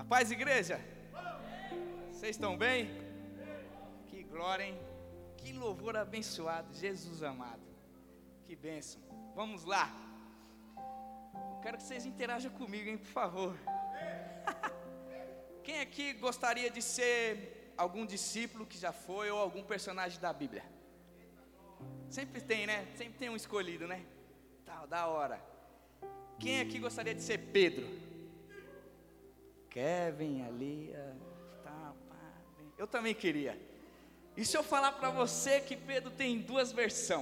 A paz, igreja? Vocês estão bem? Que glória, hein? Que louvor abençoado, Jesus amado. Que bênção. Vamos lá. Eu quero que vocês interajam comigo, hein, por favor. Quem aqui gostaria de ser algum discípulo que já foi ou algum personagem da Bíblia? Sempre tem, né? Sempre tem um escolhido, né? Tal, da hora. Quem aqui gostaria de ser Pedro? Kevin ali, tá, pá, eu também queria. E se eu falar para você que Pedro tem duas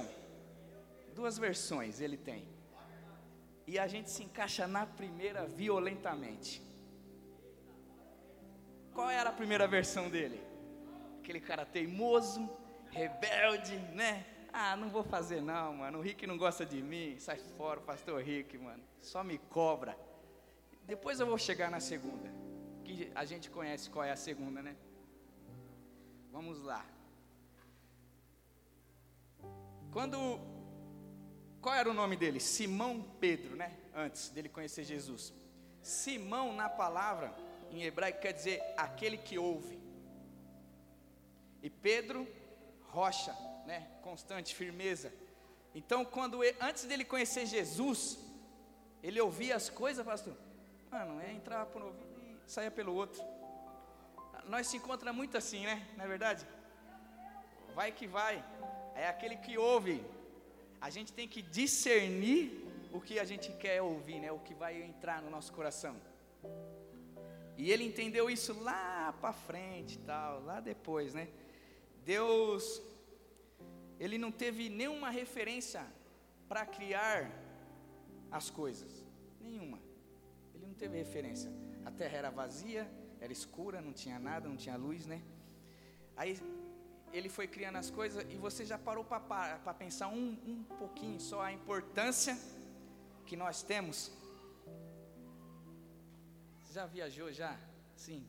versões ele tem, e a gente se encaixa na primeira violentamente. Qual era a primeira versão dele? Aquele cara teimoso, rebelde, né? Ah, não vou fazer não, mano, o Rick não gosta de mim, sai fora o pastor Rick, mano, só me cobra. Depois eu vou chegar na segunda, que a gente conhece qual é a segunda, né? Vamos lá. Qual era o nome dele? Simão Pedro, né? Antes dele conhecer Jesus. Simão, na palavra, em hebraico, quer dizer aquele que ouve. E Pedro, rocha, né? Constante, firmeza. Então, antes dele conhecer Jesus, ele ouvia as coisas, pastor. Mano, entrava por um ouvido e saía pelo outro. Nós se encontramos muito assim, né? Não é verdade? Vai que vai. É aquele que ouve. A gente tem que discernir o que a gente quer ouvir, né? O que vai entrar no nosso coração. E ele entendeu isso lá para frente, tal, lá depois, né? Deus, ele não teve nenhuma referência para criar as coisas, nenhuma. Ele não teve referência. A terra era vazia, era escura, não tinha nada, não tinha luz, né? Aí ele foi criando as coisas e você já parou para pensar um pouquinho só a importância que nós temos? Você já viajou já? Sim,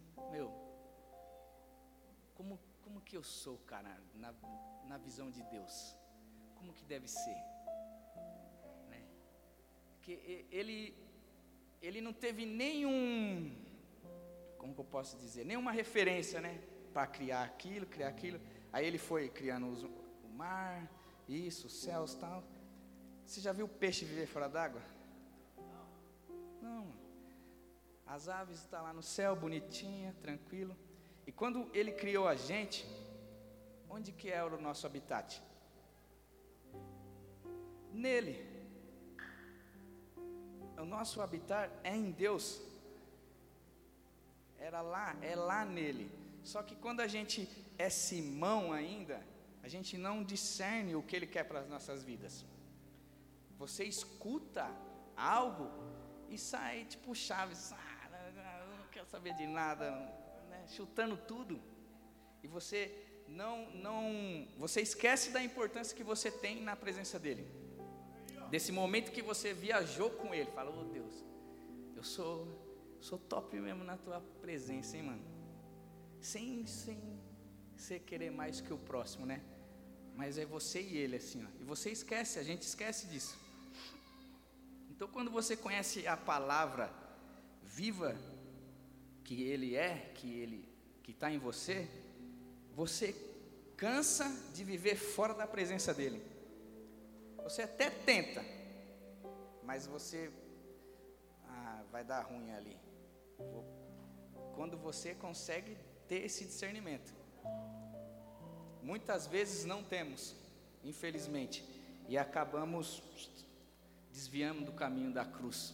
como que eu sou, cara, na visão de Deus? Como que deve ser? Né? Porque ele não teve como que eu posso dizer, nenhuma referência, né, para criar aquilo. Aí ele foi criando o mar, isso, os céus, tal. Você já viu peixe viver fora d'água? Não. As aves estão lá no céu, bonitinha, tranquilo. E quando ele criou a gente, onde que era o nosso habitat? Nele. O nosso habitat é em Deus. É lá nele. Só que quando a gente é Simão ainda, a gente não discerne o que ele quer para as nossas vidas. Você escuta algo e sai tipo Chaves, não quero saber de nada, né? Chutando tudo. E você você esquece da importância que você tem na presença dele. Desse momento que você viajou com ele, fala, oh Deus, eu sou top mesmo na tua presença, hein, mano? Sem você querer mais que o próximo, né? Mas é você e ele, assim, ó. E você esquece, a gente esquece disso. Então, quando você conhece a palavra viva que ele é, que está em você, você cansa de viver fora da presença dele. Você até tenta, mas você vai dar ruim ali. Quando você consegue ter esse discernimento. Muitas vezes não temos, infelizmente, e acabamos desviando do caminho da cruz.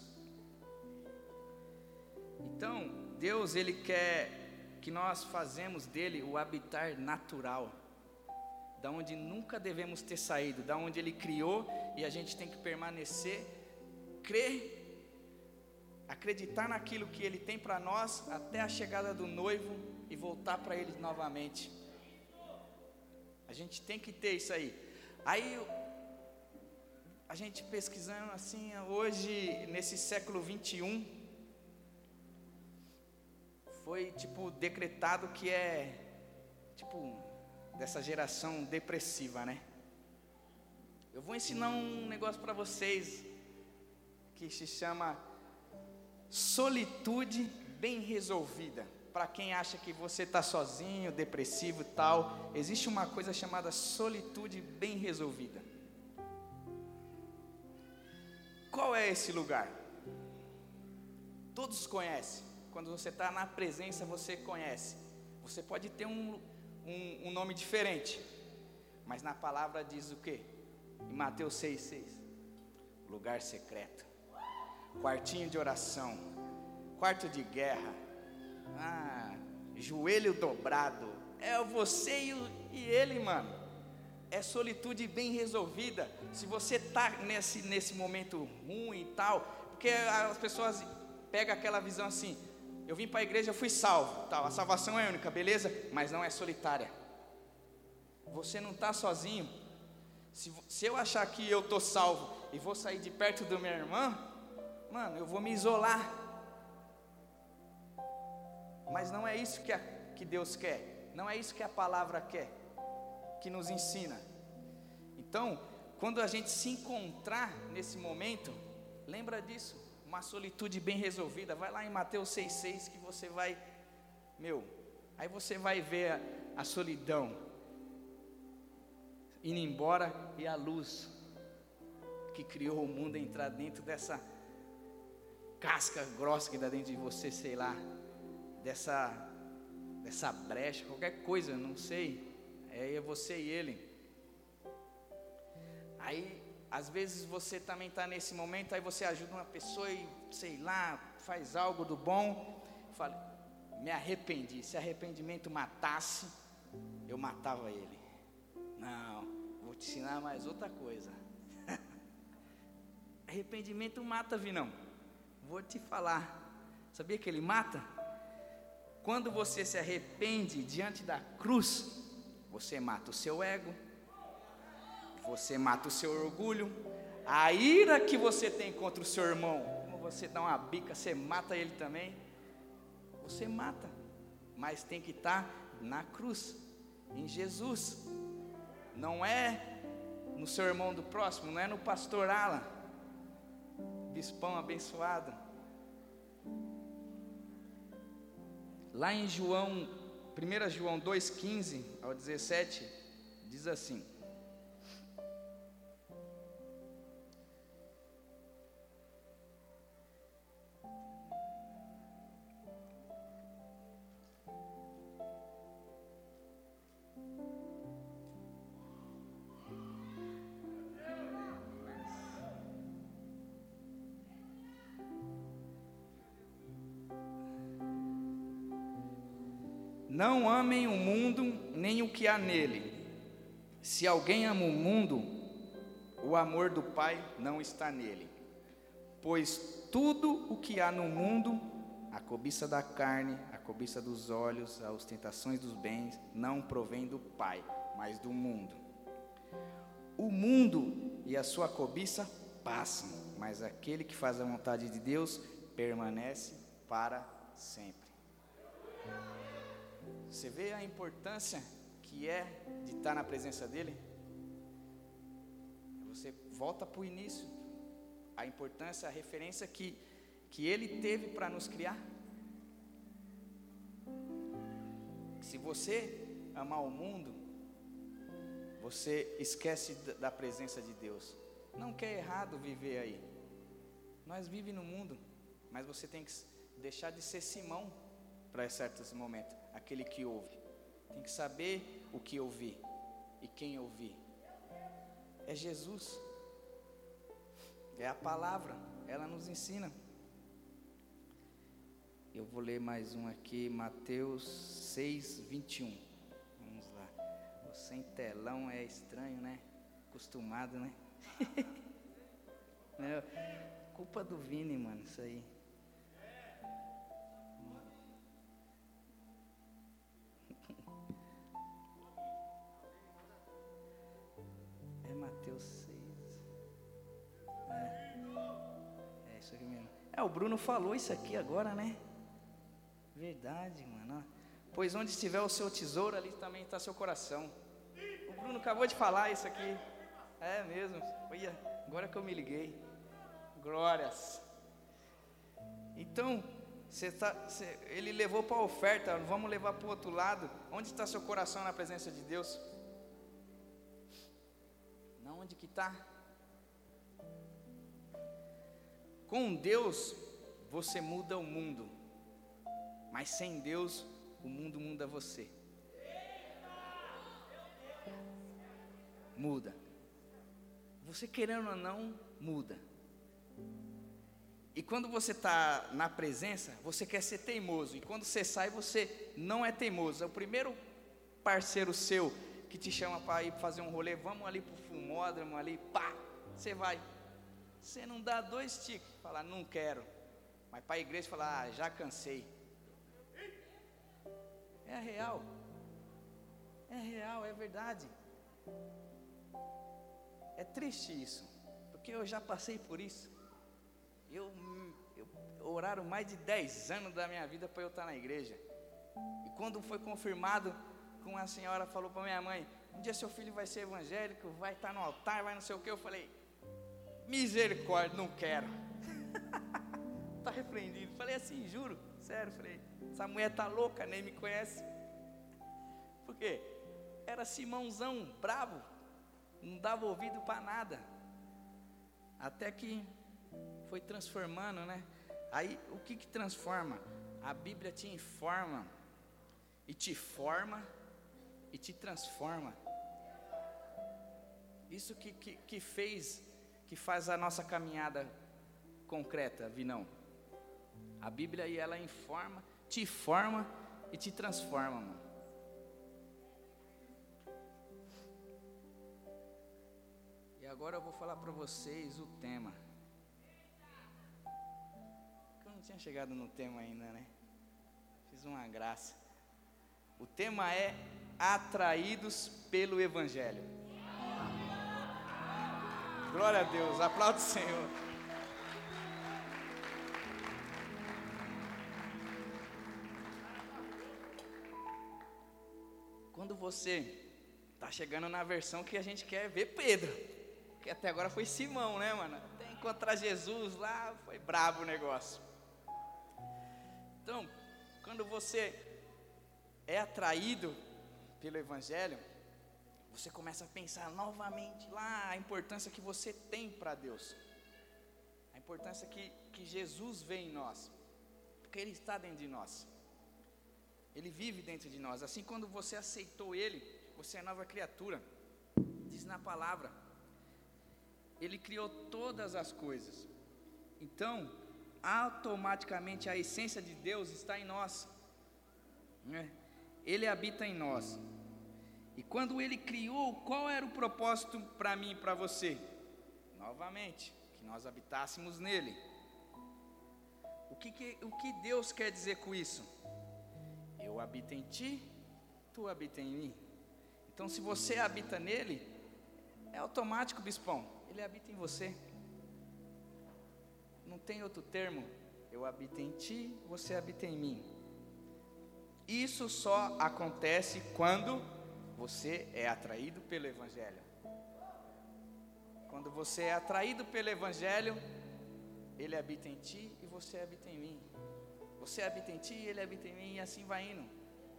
Então, Deus, ele quer que nós fazemos dele o habitat natural, da onde nunca devemos ter saído, da onde ele criou, e a gente tem que permanecer, crer, acreditar naquilo que ele tem para nós, até a chegada do noivo, e voltar para ele novamente. A gente tem que ter isso aí. Aí, a gente pesquisando assim, hoje, nesse século 21, foi decretado que é, dessa geração depressiva, né? Eu vou ensinar um negócio para vocês, que se chama solitude bem resolvida. Para quem acha que você está sozinho, depressivo e tal, existe uma coisa chamada solitude bem resolvida. Qual é esse lugar? Todos conhecem. Quando você está na presença, você conhece. Você pode ter um nome diferente, mas na palavra diz o quê? Em Mateus 6,6: lugar secreto, quartinho de oração, quarto de guerra, joelho dobrado. É você e ele, mano. É solitude bem resolvida. Se você está nesse momento ruim e tal, porque as pessoas pegam aquela visão assim: eu vim para a igreja, eu fui salvo, tal, a salvação é única, beleza? Mas não é solitária. Você não está sozinho. Se eu achar que eu estou salvo e vou sair de perto da minha irmã, mano, eu vou me isolar. Mas não é isso que Deus quer. Não é isso que a palavra quer, que nos ensina. Então, quando a gente se encontrar nesse momento, lembra disso, uma solitude bem resolvida. Vai lá em Mateus 6,6 que você vai, aí você vai ver a solidão indo embora e a luz que criou o mundo entrar dentro dessa casca grossa que dá dentro de você, sei lá, dessa brecha, qualquer coisa, não sei. É você e ele. Aí, às vezes você também está nesse momento, aí você ajuda uma pessoa e, sei lá, faz algo do bom. Fala, me arrependi. Se arrependimento matasse, eu matava ele. Não, vou te ensinar mais outra coisa. Arrependimento mata, Vinão. Vou te falar. Sabia que ele mata? Quando você se arrepende diante da cruz, você mata o seu ego, você mata o seu orgulho, a ira que você tem contra o seu irmão, como você dá uma bica, você mata ele também. Você mata, mas tem que estar na cruz, em Jesus. Não é no seu irmão do próximo, não é no pastor Alan, bispão abençoado. Lá em 1 João 2,15 ao 17, diz assim: não amem o mundo, nem o que há nele. Se alguém ama o mundo, o amor do Pai não está nele. Pois tudo o que há no mundo, a cobiça da carne, a cobiça dos olhos, as ostentações dos bens, não provém do Pai, mas do mundo. O mundo e a sua cobiça passam, mas aquele que faz a vontade de Deus permanece para sempre. Você vê a importância que é de estar na presença dele? Você volta para o início, a importância, a referência que ele teve para nos criar. Se você amar o mundo, você esquece da presença de Deus. Não que é errado viver aí. Nós vivemos no mundo, mas você tem que deixar de ser Simão para certos momentos. Aquele que ouve, tem que saber o que ouvir e quem ouvir. É Jesus, é a palavra, ela nos ensina. Eu vou ler mais um aqui, Mateus 6:21. Vamos lá. O sem telão é estranho, né? Acostumado, né? É, culpa do Vini, mano, isso aí. Mateus 6. É isso aqui mesmo. O Bruno falou isso aqui agora, né? Verdade, mano. Pois onde estiver o seu tesouro, ali também está seu coração. O Bruno acabou de falar isso aqui. É mesmo. Olha, agora que eu me liguei. Glórias. Então, Ele levou para a oferta, vamos levar para o outro lado. Onde está seu coração na presença de Deus? Na onde que está? Com Deus você muda o mundo, mas sem Deus o mundo muda você. Muda. Você querendo ou não, muda. E quando você está na presença, você quer ser teimoso. E quando você sai, você não é teimoso. É o primeiro parceiro seu que te chama para ir fazer um rolê. Vamos ali para o fumódromo, ali, pá, você vai. Você não dá 2 tiques, fala, não quero. Mas para a igreja falar, já cansei. É real. É real, é verdade. É triste isso, porque eu já passei por isso. Eu oraram mais de 10 anos da minha vida para eu estar na igreja. E quando foi confirmado, com a senhora falou para minha mãe, um dia seu filho vai ser evangélico, vai estar no altar, vai não sei o que. Eu falei, misericórdia, não quero. Está repreendido. Falei assim, juro, sério. Falei, essa mulher está louca, nem me conhece. Por quê? Era Simãozão, bravo, não dava ouvido para nada. Até que foi transformando, né? Aí o que transforma? A Bíblia te informa, e te forma, e te transforma. Isso que faz a nossa caminhada concreta, Vinão. A Bíblia aí, ela informa, te forma e te transforma, mano. E agora eu vou falar para vocês o tema. Eu não tinha chegado no tema ainda, né? Fiz uma graça. O tema é atraídos pelo Evangelho. Glória a Deus, aplaude o Senhor. Quando você está chegando na versão que a gente quer ver Pedro, que até agora foi Simão, né, mano? Até encontrar Jesus lá, foi brabo o negócio. Então, quando você é atraído pelo Evangelho, você começa a pensar novamente lá a importância que você tem para Deus, a importância que Jesus vê em nós, porque Ele está dentro de nós, Ele vive dentro de nós. Assim, quando você aceitou Ele, você é nova criatura. Diz na palavra, Ele criou todas as coisas. Então, automaticamente a essência de Deus está em nós, né? Ele habita em nós. E quando Ele criou, qual era o propósito para mim e para você? Novamente, que nós habitássemos nele. O que Deus quer dizer com isso? Eu habito em ti, tu habita em mim. Então, se você habita nele, é automático, bispão, ele habita em você. Não tem outro termo. Eu habito em ti, você habita em mim. Isso só acontece quando você é atraído pelo Evangelho. Quando você é atraído pelo Evangelho, Ele habita em ti e você habita em mim. Você habita em ti e Ele habita em mim, e assim vai indo.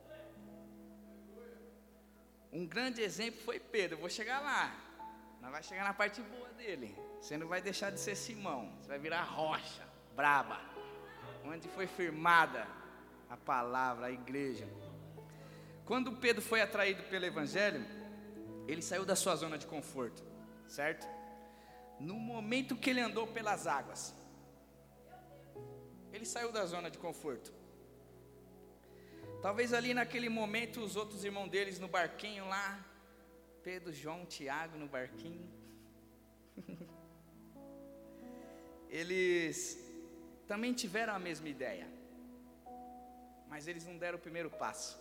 Um grande exemplo foi Pedro. Eu vou chegar lá. Nós vamos chegar na parte boa dele. Você não vai deixar de ser Simão. Você vai virar rocha, braba, onde foi firmada a palavra, a igreja. Quando Pedro foi atraído pelo Evangelho, ele saiu da sua zona de conforto, certo? No momento que ele andou pelas águas, ele saiu da zona de conforto. Talvez ali naquele momento os outros irmãos deles no barquinho lá, Pedro, João, Tiago no barquinho, eles também tiveram a mesma ideia, mas eles não deram o primeiro passo.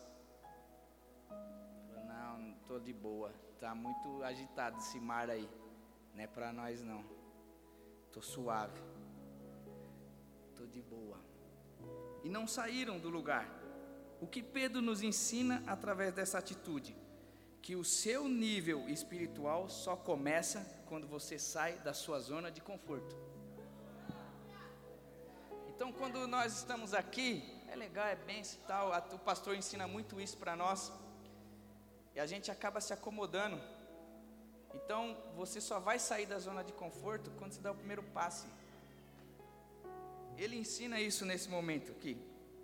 Não, estou de boa, está muito agitado esse mar aí, não é para nós não, estou suave, estou de boa. E não saíram do lugar. O que Pedro nos ensina através dessa atitude? Que o seu nível espiritual só começa quando você sai da sua zona de conforto. Então Então, quando nós estamos aqui, é legal, é benção e tal, o pastor ensina muito isso para nós, e a gente acaba se acomodando. Então, você só vai sair da zona de conforto quando você dá o primeiro passo. Ele ensina isso nesse momento aqui.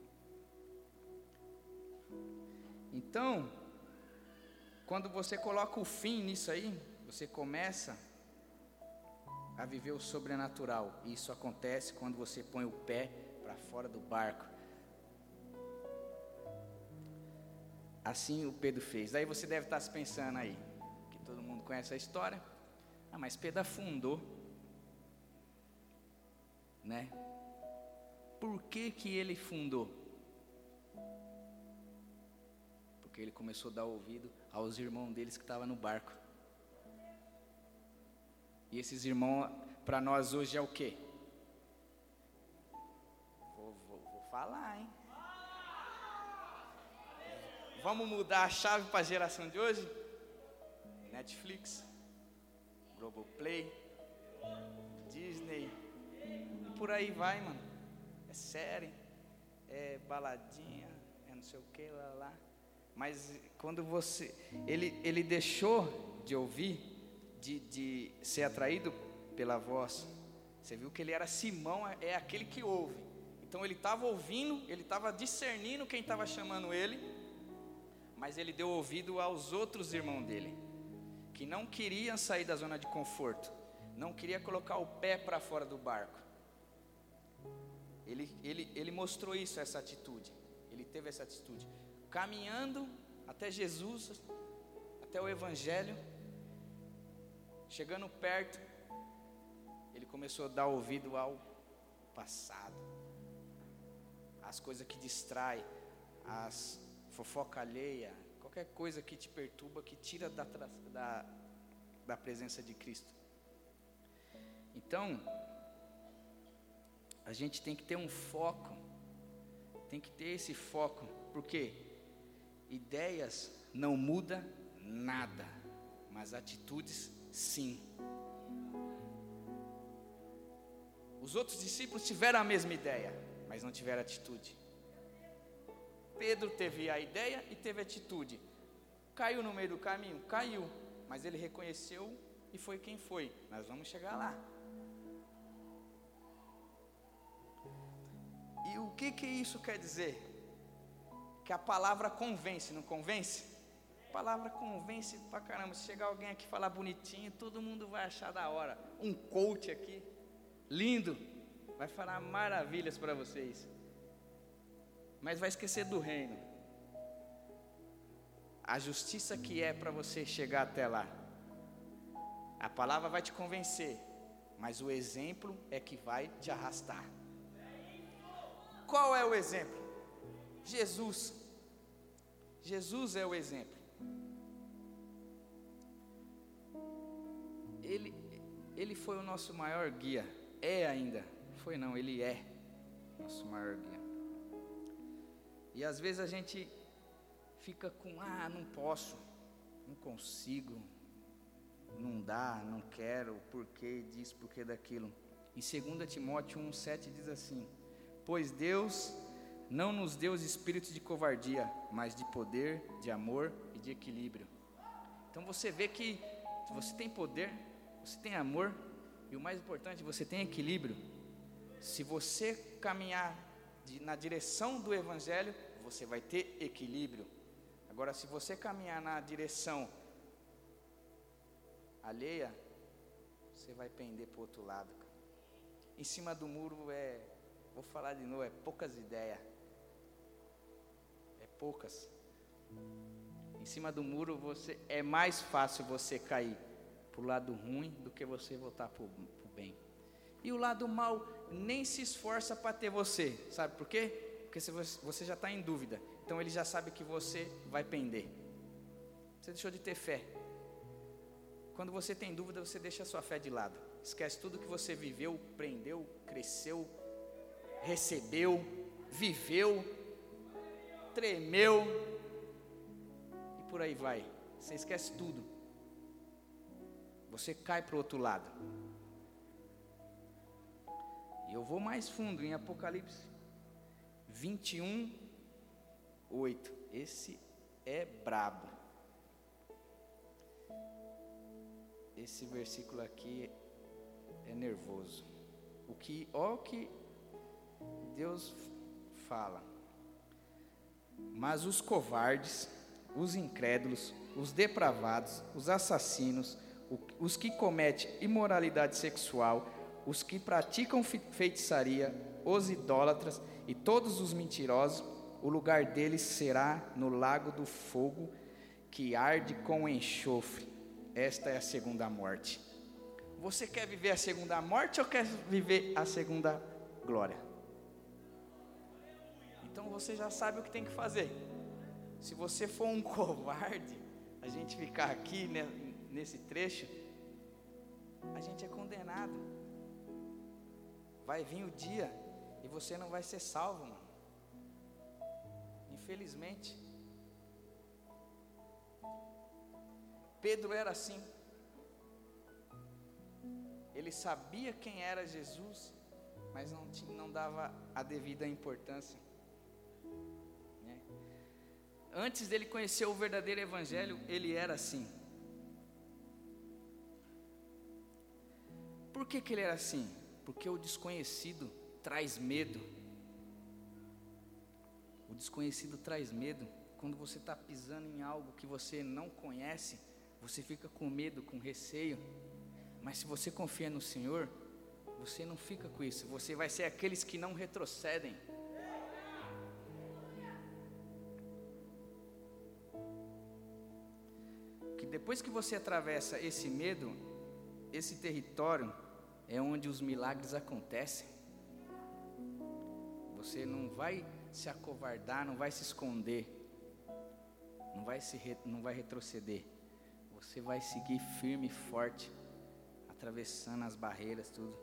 Então, quando você coloca o fim nisso aí, você começa a viver o sobrenatural. E isso acontece quando você põe o pé para fora do barco. Assim o Pedro fez. Aí você deve estar se pensando aí, que todo mundo conhece a história. Ah, mas Pedro afundou, né? Por que ele fundou? Porque ele começou a dar ouvido aos irmãos deles que estavam no barco. E esses irmãos, para nós hoje é o quê? Vou falar, hein? Vamos mudar a chave para a geração de hoje? Netflix, Globoplay, Disney, e por aí vai, mano. É série, é baladinha, é não sei o que, lá. Mas quando ele deixou de ouvir, de ser atraído pela voz. Você viu que ele era Simão, é aquele que ouve. Então ele estava ouvindo, ele estava discernindo quem estava chamando ele, mas ele deu ouvido aos outros irmãos dele, que não queriam sair da zona de conforto, não queria colocar o pé para fora do barco. Ele mostrou isso, essa atitude. Ele teve essa atitude, caminhando até Jesus, até o Evangelho. Chegando perto, ele começou a dar ouvido ao passado, as coisas que distraem, as fofoca alheia, qualquer coisa que te perturba, que tira da presença de Cristo. Então, a gente tem que ter um foco, tem que ter esse foco, porque ideias não mudam nada, mas atitudes sim. Os outros discípulos tiveram a mesma ideia, mas não tiveram atitude. Pedro teve a ideia e teve atitude. Caiu no meio do caminho? Caiu, mas ele reconheceu e foi quem foi. Nós vamos chegar lá. E o que isso quer dizer? Que a palavra convence, não convence? A palavra convence pra caramba. Se chegar alguém aqui falar bonitinho, todo mundo vai achar da hora. Um coach aqui, lindo, vai falar maravilhas para vocês, mas vai esquecer do reino, a justiça que é para você chegar até lá. A palavra vai te convencer, mas o exemplo é que vai te arrastar. Qual é o exemplo? Jesus. Jesus é o exemplo. Ele foi o nosso maior guia. É ainda. Foi não, ele é nosso maior guia. E às vezes a gente fica com, não posso, não consigo, não dá, não quero, porquê disso, porquê daquilo. Em 2 Timóteo 1,7 diz assim: pois Deus não nos deu os espíritos de covardia, mas de poder, de amor e de equilíbrio. Então você vê que você tem poder, você tem amor, e o mais importante, você tem equilíbrio. Se você caminhar na direção do Evangelho, você vai ter equilíbrio. Agora, se você caminhar na direção alheia, você vai pender para o outro lado. Em cima do muro vou falar de novo, poucas ideias. Poucas. Em cima do muro é mais fácil você cair para o lado ruim do que você voltar para o bem. E o lado mal nem se esforça para ter você. Sabe por quê? Porque você já está em dúvida. Então ele já sabe que você vai pender. Você deixou de ter fé. Quando você tem dúvida, você deixa a sua fé de lado. Esquece tudo que você viveu, aprendeu, cresceu, recebeu, viveu, tremeu e por aí vai. Você esquece tudo. Você cai para o outro lado. E eu vou mais fundo em Apocalipse 21, 8. Esse é brabo. Esse versículo aqui é nervoso. Olha o que Deus fala. Mas os covardes, os incrédulos, os depravados, os assassinos, os que cometem imoralidade sexual, os que praticam feitiçaria, os idólatras e todos os mentirosos, o lugar deles será no lago do fogo que arde com enxofre. Esta é a segunda morte. Você quer viver a segunda morte ou quer viver a segunda glória? Então você já sabe o que tem que fazer. Se você for um covarde, a gente ficar aqui nesse trecho, a gente é condenado. Vai vir o dia e você não vai ser salvo, mano. Infelizmente. Pedro era assim. Ele sabia quem era Jesus, mas não dava a devida importância. Antes dele conhecer o verdadeiro evangelho, ele era assim. Por que ele era assim? Porque o desconhecido traz medo. O desconhecido traz medo. Quando você está pisando em algo que você não conhece, você fica com medo, com receio. Mas se você confia no Senhor, você não fica com isso. Você vai ser aqueles que não retrocedem. Que depois que você atravessa esse medo, esse território é onde os milagres acontecem. Você não vai se acovardar, não vai se esconder, não vai retroceder. Você vai seguir firme e forte, atravessando as barreiras, tudo.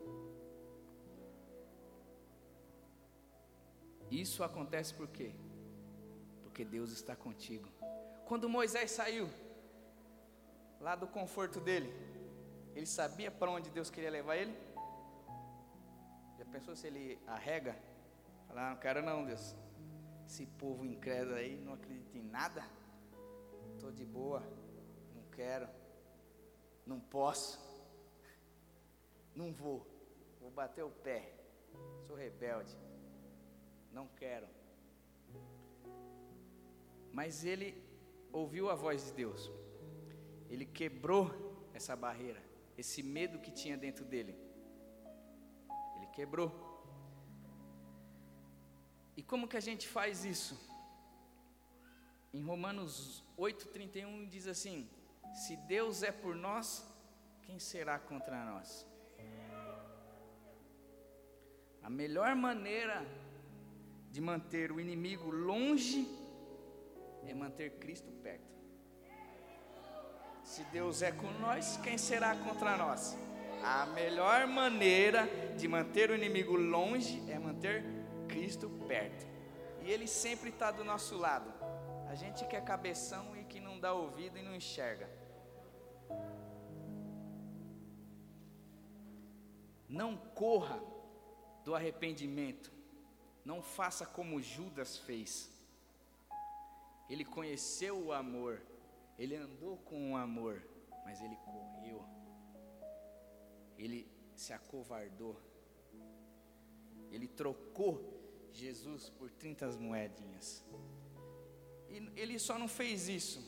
Isso acontece por quê? Porque Deus está contigo. Quando Moisés saiu lá do conforto dele, ele sabia para onde Deus queria levar ele? Já pensou se ele arrega? Falar, não quero não, Deus. Esse povo incrédulo aí não acredita em nada. Estou de boa, não quero, não posso, não vou bater o pé, sou rebelde, não quero. Mas ele ouviu a voz de Deus. Ele quebrou essa barreira, esse medo que tinha dentro dele. Ele quebrou. E como que a gente faz isso? Em Romanos 8:31 diz assim: se Deus é por nós, quem será contra nós? A melhor maneira de manter o inimigo longe é manter Cristo perto. Se Deus é com nós, quem será contra nós? A melhor maneira de manter o inimigo longe é manter Cristo perto. E Ele sempre está do nosso lado. A gente que é cabeção e que não dá ouvido e não enxerga. Não corra do arrependimento. Não faça como Judas fez. Ele conheceu o amor. Ele andou com o amor, mas ele correu. Ele se acovardou. Ele trocou Jesus por 30 moedinhas. E ele só não fez isso.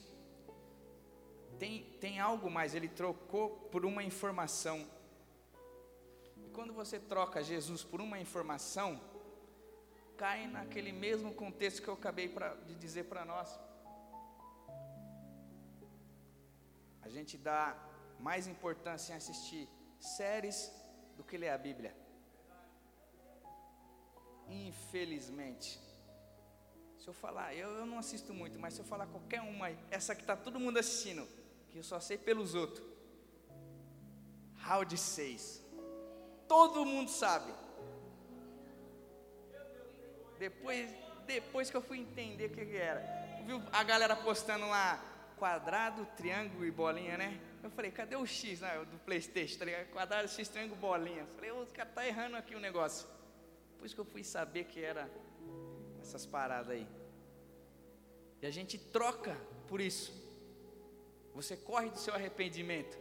Tem algo mais, ele trocou por uma informação. E quando você troca Jesus por uma informação, cai naquele mesmo contexto que eu acabei de dizer para nós. A gente dá mais importância em assistir séries do que ler a Bíblia. Infelizmente. Se eu falar, eu não assisto muito, mas se eu falar qualquer uma, essa que está todo mundo assistindo, que eu só sei pelos outros, Round 6, todo mundo sabe. Depois que eu fui entender o que era, viu a galera postando lá, quadrado, triângulo e bolinha, né? Eu falei, cadê o X, né, do PlayStation, tá ligado? Quadrado, X, triângulo, bolinha. Eu falei, o cara tá errando aqui o negócio. Por isso que eu fui saber que era essas paradas aí. E a gente troca por isso. Você corre do seu arrependimento,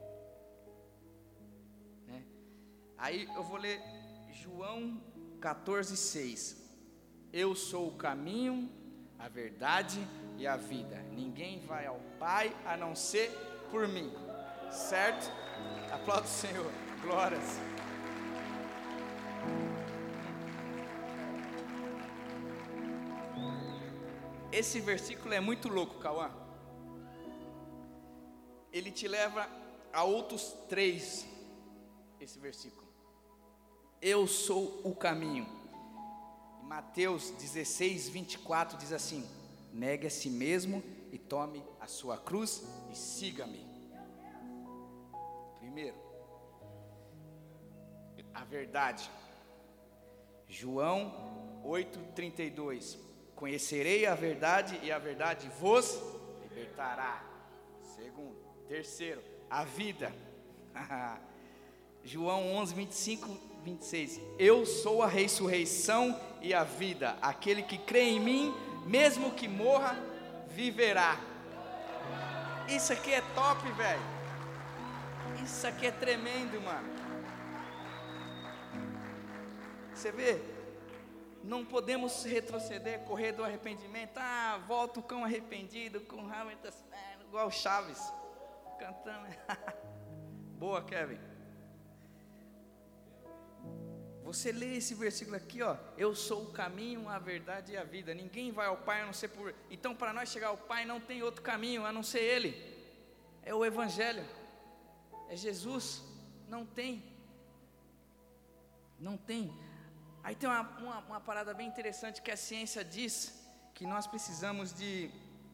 né? Aí eu vou ler João 14:6. Eu sou o caminho, a verdade e a vida. Ninguém vai ao Pai a não ser por mim. Certo? Aplauda o Senhor. Glórias. Esse versículo é muito louco, Cauã. Ele te leva a outros 3. Esse versículo. Eu sou o caminho. Em Mateus 16:24 diz assim: negue a si mesmo e tome a sua cruz e siga-me. Primeiro, a verdade. João 8:32. Conhecerei a verdade e a verdade vos libertará. Segundo. Terceiro, a vida. João 11:25-26. Eu sou a ressurreição e a vida. Aquele que crê em mim, mesmo que morra, viverá. Isso aqui é top, velho. Isso aqui é tremendo, mano. Você vê? Não podemos retroceder, correr do arrependimento. Volta o cão arrependido com o rabo entre as pernas, igual Chaves cantando. Boa, Kevin. Você lê esse versículo aqui, ó. Eu sou o caminho, a verdade e a vida. Ninguém vai ao Pai a não ser por... Então, para nós chegar ao Pai, não tem outro caminho a não ser Ele. É o Evangelho. É Jesus. Não tem. Não tem. Aí tem uma parada bem interessante que a ciência diz que nós precisamos de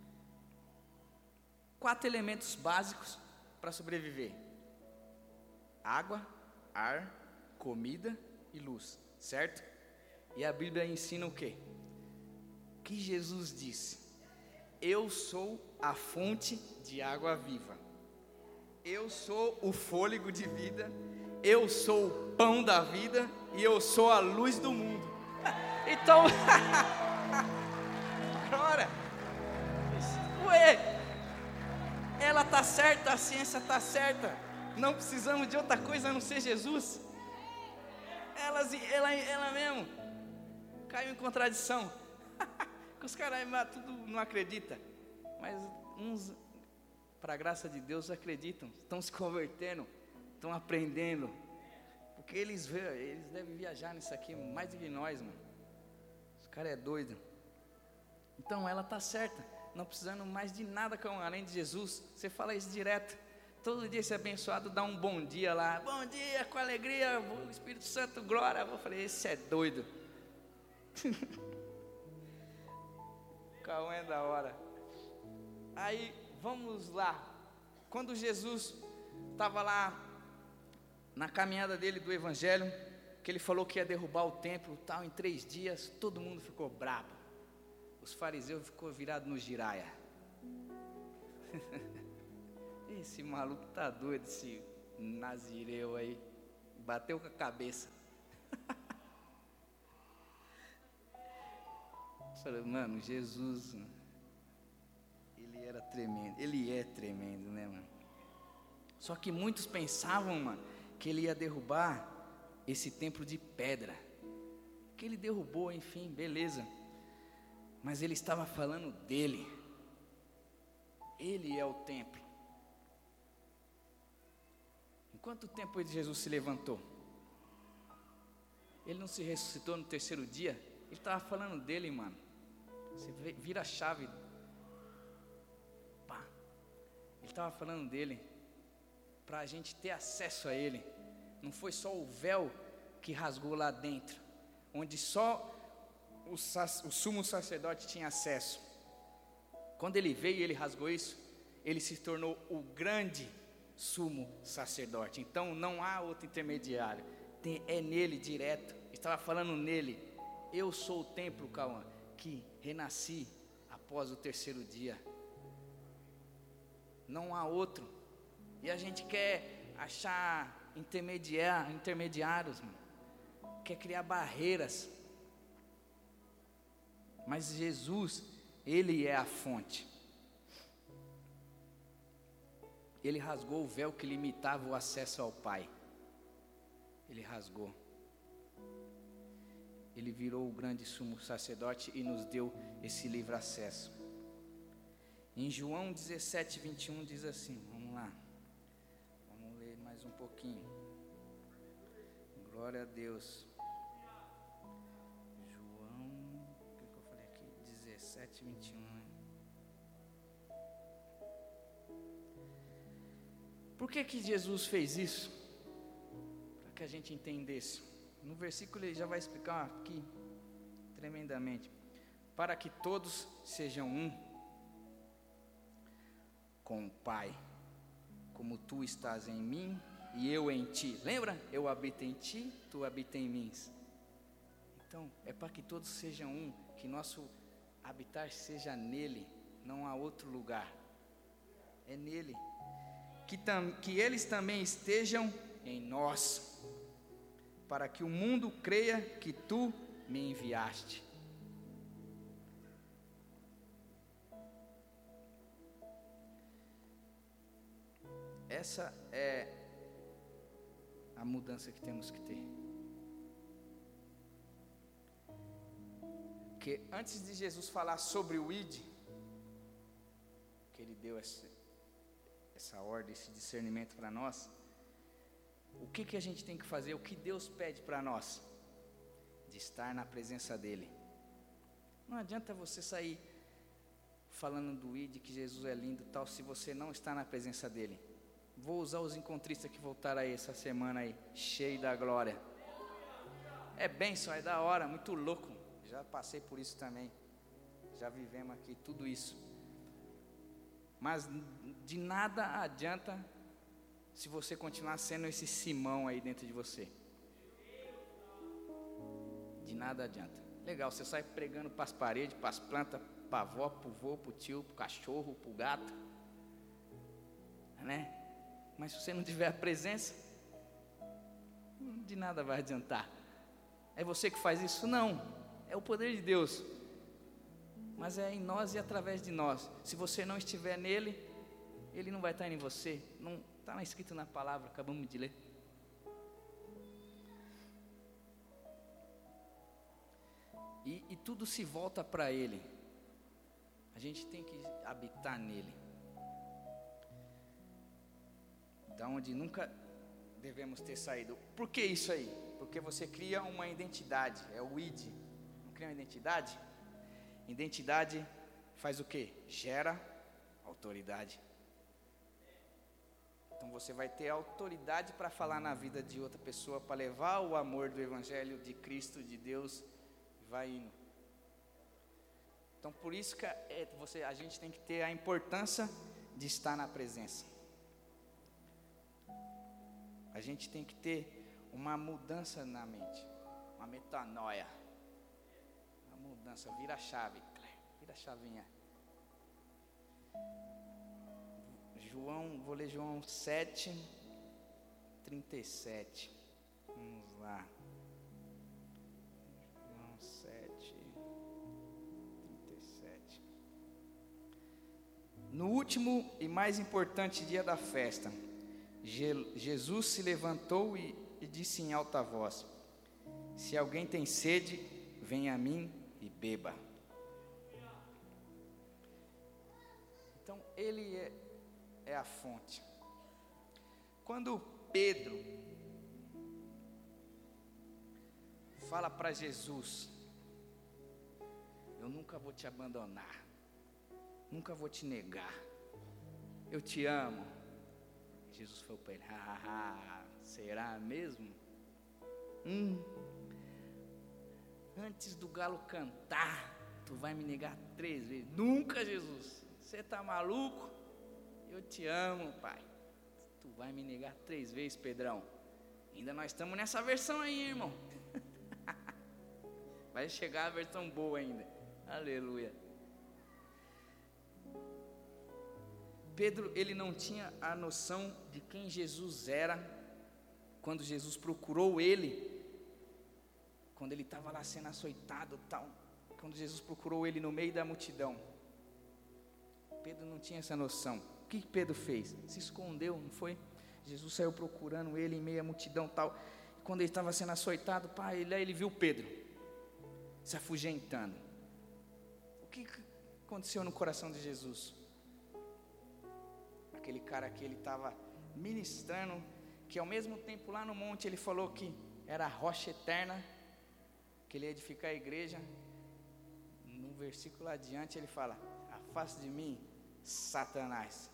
4 elementos básicos para sobreviver: água, ar, comida e luz, certo? E a Bíblia ensina o quê? Que Jesus disse: eu sou a fonte de água viva, eu sou o fôlego de vida, eu sou o pão da vida e eu sou a luz do mundo. Então, ora, ela está certa, a ciência está certa. Não precisamos de outra coisa a não ser Jesus. Ela mesmo caiu em contradição. Que os caras tudo não acreditam, mas uns, para a graça de Deus, acreditam, estão se convertendo, estão aprendendo, porque eles devem viajar nisso aqui mais do que nós, mano. Os caras é doido. Então ela está certa, não precisando mais de nada além de Jesus. Você fala isso direto. Todo dia esse abençoado dá um bom dia lá. Bom dia, com alegria, o Espírito Santo, glória. Eu falei, esse é doido. Cauã é da hora. Aí, vamos lá. Quando Jesus estava lá na caminhada dele do Evangelho, que ele falou que ia derrubar o templo tal, em 3 dias, todo mundo ficou brabo. Os fariseus ficou virado no giraia. Esse maluco tá doido, esse nazireu aí. Bateu com a cabeça. Falei, mano, Jesus, ele era tremendo. Ele é tremendo, né, mano? Só que muitos pensavam, mano, que ele ia derrubar esse templo de pedra. Que ele derrubou, enfim, beleza. Mas ele estava falando dele. Ele é o templo. Em quanto tempo Jesus se levantou? Ele não se ressuscitou no 3º dia? Ele estava falando dele, mano. Você vira a chave. Pá. Ele estava falando dele, para a gente ter acesso a ele. Não foi só o véu que rasgou lá dentro, onde só o sumo sacerdote tinha acesso. Quando ele veio e ele rasgou isso, ele se tornou o grande sumo sacerdote. Então não há outro intermediário, é nele direto. Estava falando nele. Eu sou o templo, Cauã, que renasci após o 3º dia. não há outro. E a gente quer achar intermediários, mano. Quer criar barreiras. Mas Jesus, Ele é a fonte. Ele rasgou o véu que limitava o acesso ao Pai. Ele rasgou. Ele virou o grande sumo sacerdote e nos deu esse livre acesso. Em João 17, 21 diz assim, vamos lá. Vamos ler mais um pouquinho. Glória a Deus. João, o que eu falei aqui? 17, 21. Por que Jesus fez isso? Para que a gente entendesse. No versículo ele já vai explicar aqui, tremendamente. Para que todos sejam um, com o Pai, como tu estás em mim e eu em ti. Lembra? Eu habito em ti, tu habita em mim. Então, é para que todos sejam um, que nosso habitar seja nele, não há outro lugar. É nele. Que eles também estejam em nós, para que o mundo creia que tu me enviaste. Essa é a mudança que temos que ter. Porque antes de Jesus falar sobre o ID, que ele deu essa ordem, esse discernimento para nós, o que a gente tem que fazer? O que Deus pede para nós? De estar na presença dEle. Não adianta você sair falando do ID, que Jesus é lindo e tal, se você não está na presença dEle. Vou usar os encontristas que voltaram aí essa semana aí, cheio da glória. É bênção, é da hora, muito louco. Já passei por isso também. Já vivemos aqui tudo isso. Mas de nada adianta se você continuar sendo esse Simão aí dentro de você. De nada adianta. Legal, você sai pregando para as paredes, para as plantas, para a avó, para o vô, para o tio, para o cachorro, para o gato, né? Mas se você não tiver a presença, de nada vai adiantar. É você que faz isso? Não, é o poder de Deus. Mas é em nós e através de nós. Se você não estiver nele, ele não vai estar em você. Não está escrito na palavra, acabamos de ler. E tudo se volta para ele. A gente tem que habitar nele. Da onde nunca devemos ter saído. Por que isso aí? Porque você cria uma identidade, é o ID. Não cria uma identidade? Identidade faz o quê? Gera autoridade. Então você vai ter autoridade para falar na vida de outra pessoa, para levar o amor do Evangelho de Cristo, de Deus, vai indo. Então por isso que a gente tem que ter a importância de estar na presença. A gente tem que ter uma mudança na mente, uma metanoia, uma mudança, vira a chave, vira a chavinha. Vou ler João 7, 37, vamos lá. João 7, 37. No último e mais importante dia da festa, Jesus se levantou e disse em alta voz: se alguém tem sede, venha a mim e beba. Então ele é a fonte. Quando Pedro fala para Jesus: eu nunca vou te abandonar, nunca vou te negar, eu te amo. Jesus falou para ele: será mesmo? Antes do galo cantar, tu vai me negar 3 vezes. Nunca, Jesus, você está maluco? Eu te amo, Pai. Tu vai me negar 3 vezes, Pedrão. Ainda nós estamos nessa versão aí, irmão. Vai chegar a versão boa ainda. Aleluia. Pedro, ele não tinha a noção de quem Jesus era, quando Jesus procurou ele, quando ele estava lá sendo açoitado, tal, quando Jesus procurou ele no meio da multidão. Pedro não tinha essa noção. O que Pedro fez? Se escondeu, não foi? Jesus saiu procurando ele em meio à multidão, tal. Quando ele estava sendo açoitado, ele viu Pedro se afugentando. O que aconteceu no coração de Jesus? Aquele cara que ele estava ministrando, que ao mesmo tempo lá no monte ele falou que era a rocha eterna, que ele ia edificar a igreja. No versículo adiante ele fala: afaste de mim, Satanás.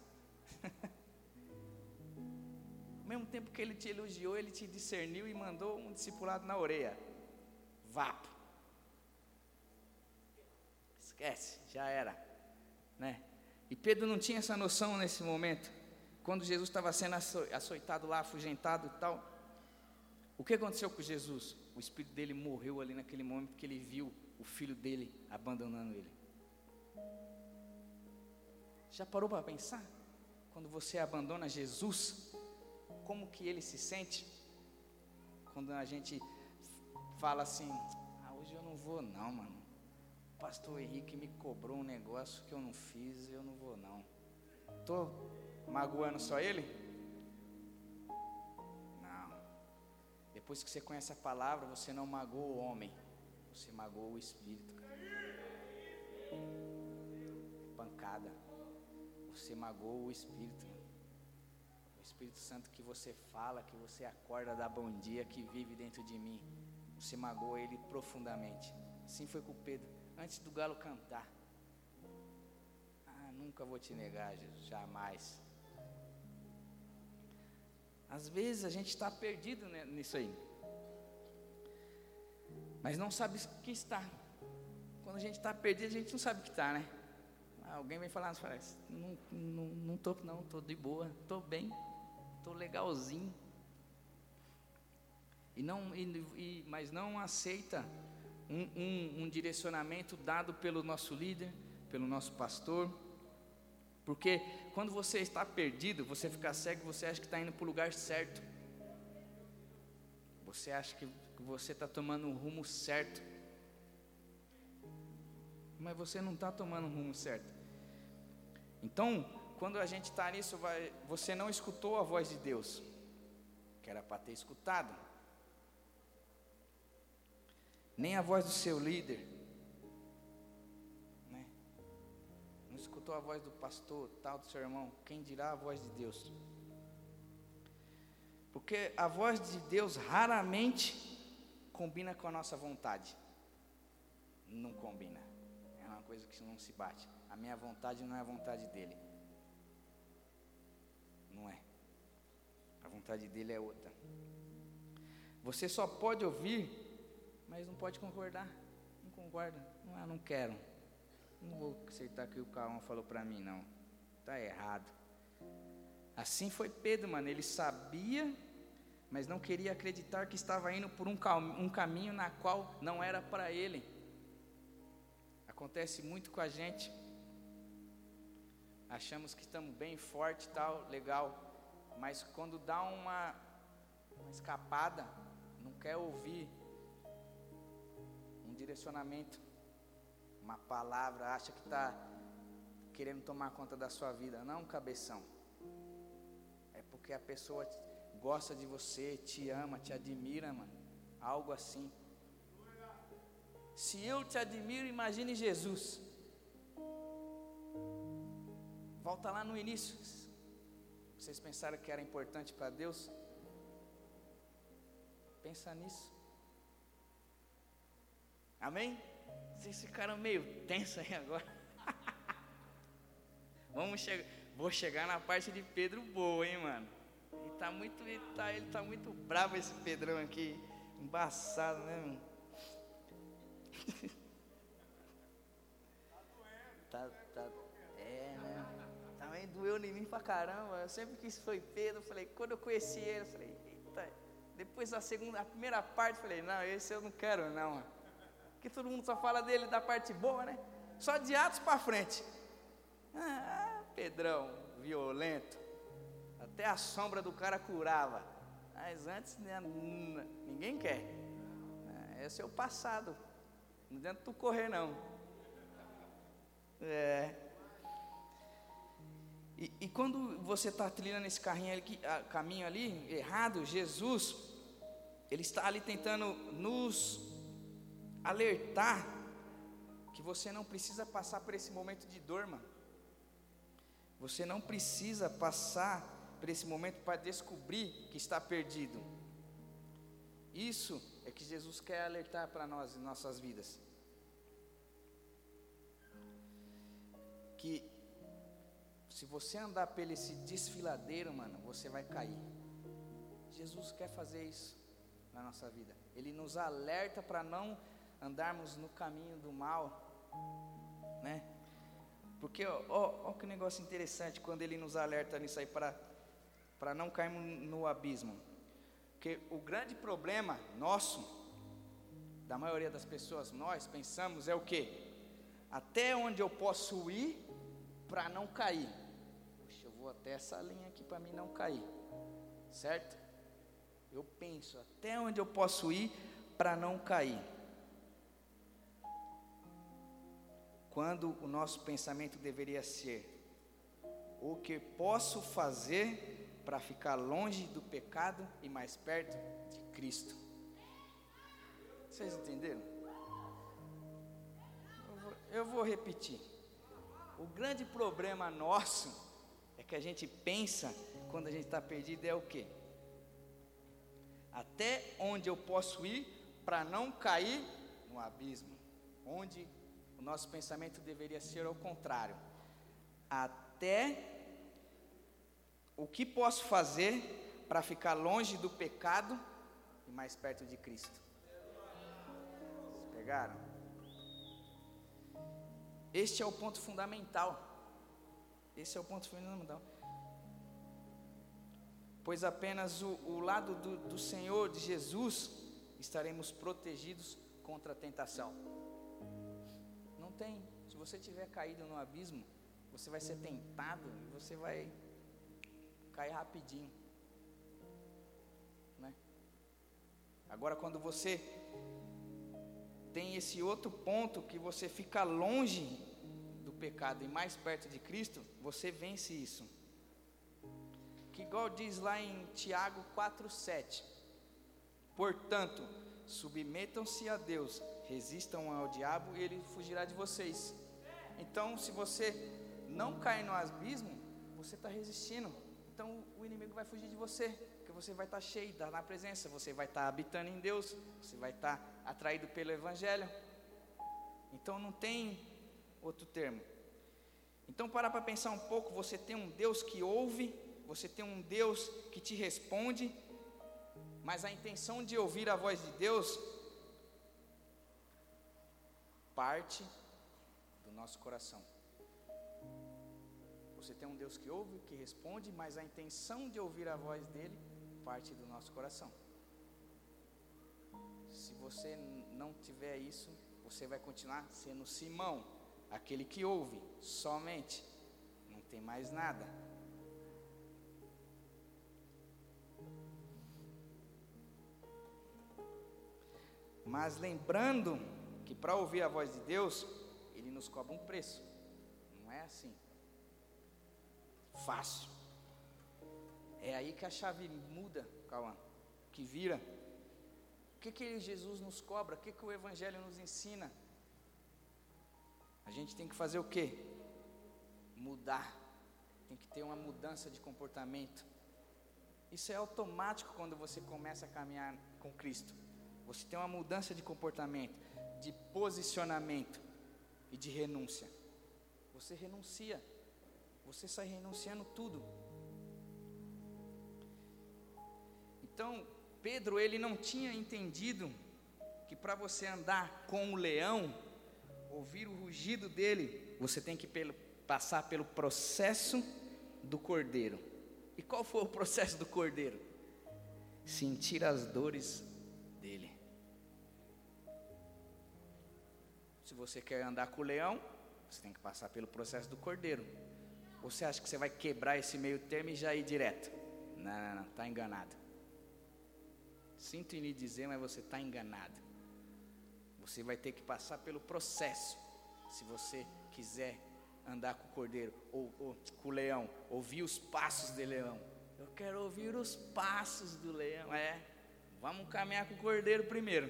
Ao mesmo tempo que ele te elogiou, ele te discerniu e mandou um discipulado na orelha. Vapo. Esquece, já era, né? E Pedro não tinha essa noção nesse momento. Quando Jesus estava sendo açoitado lá, afugentado e tal. O que aconteceu com Jesus? O espírito dele morreu ali naquele momento, porque ele viu o filho dele abandonando ele. Já parou para pensar? Quando você abandona Jesus, como que ele se sente? Quando a gente fala assim: hoje eu não vou não, mano. O pastor Henrique me cobrou um negócio que eu não fiz, eu não vou não. Estou magoando só ele? Não. Depois que você conhece a palavra, você não magoa o homem, você magoa o espírito. Pancada. Você magoa o espírito. O Espírito Santo que você fala, que você acorda, dá bom dia, que vive dentro de mim. Você magoa ele profundamente. Assim foi com Pedro. Antes do galo cantar: nunca vou te negar, Jesus, jamais. Às vezes a gente está perdido nisso aí, mas não sabe o que está. Quando a gente está perdido, a gente não sabe o que está, né? Alguém vem falar, não estou não, estou de boa, estou bem, estou legalzinho. Mas não aceita um direcionamento dado pelo nosso líder, pelo nosso pastor. Porque quando você está perdido, você fica cego, você acha que está indo para o lugar certo. Você acha que você está tomando um rumo certo. Mas você não está tomando um rumo certo. Então, quando a gente está nisso, você não escutou a voz de Deus, que era para ter escutado. Nem a voz do seu líder, né? Não escutou a voz do pastor, tal, do seu irmão. Quem dirá a voz de Deus? Porque a voz de Deus raramente combina com a nossa vontade. Não combina. É uma coisa que não se bate. A minha vontade não é a vontade dele. Não é. A vontade dele é outra. Você só pode ouvir, mas não pode concordar. Não concorda. Não quero. Não vou aceitar que o Calma falou para mim, não. Está errado. Assim foi Pedro, mano. Ele sabia, mas não queria acreditar que estava indo por um caminho na qual não era para ele. Acontece muito com a gente. Achamos que estamos bem forte e tal, legal. Mas quando dá uma escapada, não quer ouvir um direcionamento, uma palavra, acha que está querendo tomar conta da sua vida. Não, cabeção. É porque a pessoa gosta de você, te ama, te admira, mano. Algo assim. Se eu te admiro, imagine Jesus. Volta lá no início. Vocês pensaram que era importante para Deus? Pensa nisso. Amém? Vocês ficaram meio tensos aí agora. Vou chegar na parte de Pedro boa, hein, mano? Ele tá muito bravo, esse Pedrão aqui. Embaçado, né, mano? Né? Também doeu em mim pra caramba. Eu sempre quis foi Pedro. Falei, quando eu conheci ele, eu falei, eita. Depois a primeira parte, falei, não, esse eu não quero não. Porque todo mundo só fala dele da parte boa, né? Só de Atos pra frente. Pedrão, violento. Até a sombra do cara curava. Mas antes, né, ninguém quer. Esse é o passado. Não adianta tu correr, não. E quando você está trilhando esse caminho ali, errado, Jesus, Ele está ali tentando nos alertar que você não precisa passar por esse momento de dor, mano. Você não precisa passar por esse momento para descobrir que está perdido. Isso é que Jesus quer alertar para nós em nossas vidas. Que se você andar pelo esse desfiladeiro, mano, você vai cair. Jesus quer fazer isso na nossa vida. Ele nos alerta para não andarmos no caminho do mal, né? Porque, ó que negócio interessante quando Ele nos alerta nisso aí para não cairmos no abismo. Porque o grande problema nosso, da maioria das pessoas, nós pensamos é o quê? Até onde eu posso ir para não cair? Puxa, eu vou até essa linha aqui para mim não cair, certo? Eu penso, até onde eu posso ir para não cair? Quando o nosso pensamento deveria ser: o que posso fazer para ficar longe do pecado e mais perto de Cristo? Vocês entenderam? Eu vou repetir. O grande problema nosso é que a gente pensa, quando a gente está perdido, é o quê? Até onde eu posso ir para não cair no abismo? Onde o nosso pensamento deveria ser ao contrário. Até o que posso fazer para ficar longe do pecado e mais perto de Cristo? Vocês pegaram? Este é o ponto fundamental. Esse é o ponto fundamental. Pois apenas o lado do Senhor, de Jesus, estaremos protegidos contra a tentação. Não tem. Se você tiver caído no abismo, você vai ser tentado e você vai cair rapidinho, né? Agora, quando você tem esse outro ponto, que você fica longe do pecado e mais perto de Cristo, você vence isso. Que igual diz lá em Tiago 4,7: portanto, submetam-se a Deus, resistam ao diabo e ele fugirá de vocês. Então, se você não cair no abismo, você está resistindo. Então o inimigo vai fugir de você, porque você vai estar cheio na presença, você vai estar habitando em Deus, você vai estar atraído pelo Evangelho. Então não tem outro termo. Então para pensar um pouco, você tem um Deus que ouve, você tem um Deus que te responde, mas a intenção de ouvir a voz de Deus parte do nosso coração. Você tem um Deus que ouve, que responde, mas a intenção de ouvir a voz dele parte do nosso coração. Se você não tiver isso, você vai continuar sendo Simão, aquele que ouve somente, não tem mais nada. Mas lembrando que para ouvir a voz de Deus, Ele nos cobra um preço. Não é assim fácil. É aí que a chave muda, Cauã, que vira. O que Jesus nos cobra? O que o Evangelho nos ensina? A gente tem que fazer o quê? Mudar. Tem que ter uma mudança de comportamento. Isso é automático quando você começa a caminhar com Cristo. Você tem uma mudança de comportamento, de posicionamento e de renúncia. Você renuncia. Você sai renunciando tudo. Então, Pedro, ele não tinha entendido que para você andar com o leão, ouvir o rugido dele, você tem que passar pelo processo do cordeiro. E qual foi o processo do cordeiro? Sentir as dores dele. Se você quer andar com o leão, você tem que passar pelo processo do cordeiro. Ou você acha que você vai quebrar esse meio termo e já ir direto? Não, está enganado. Sinto em lhe dizer, mas você está enganado. Você vai ter que passar pelo processo, se você quiser andar com o cordeiro, ou com o leão, ouvir os passos do leão. Eu quero ouvir os passos do leão, vamos caminhar com o cordeiro primeiro.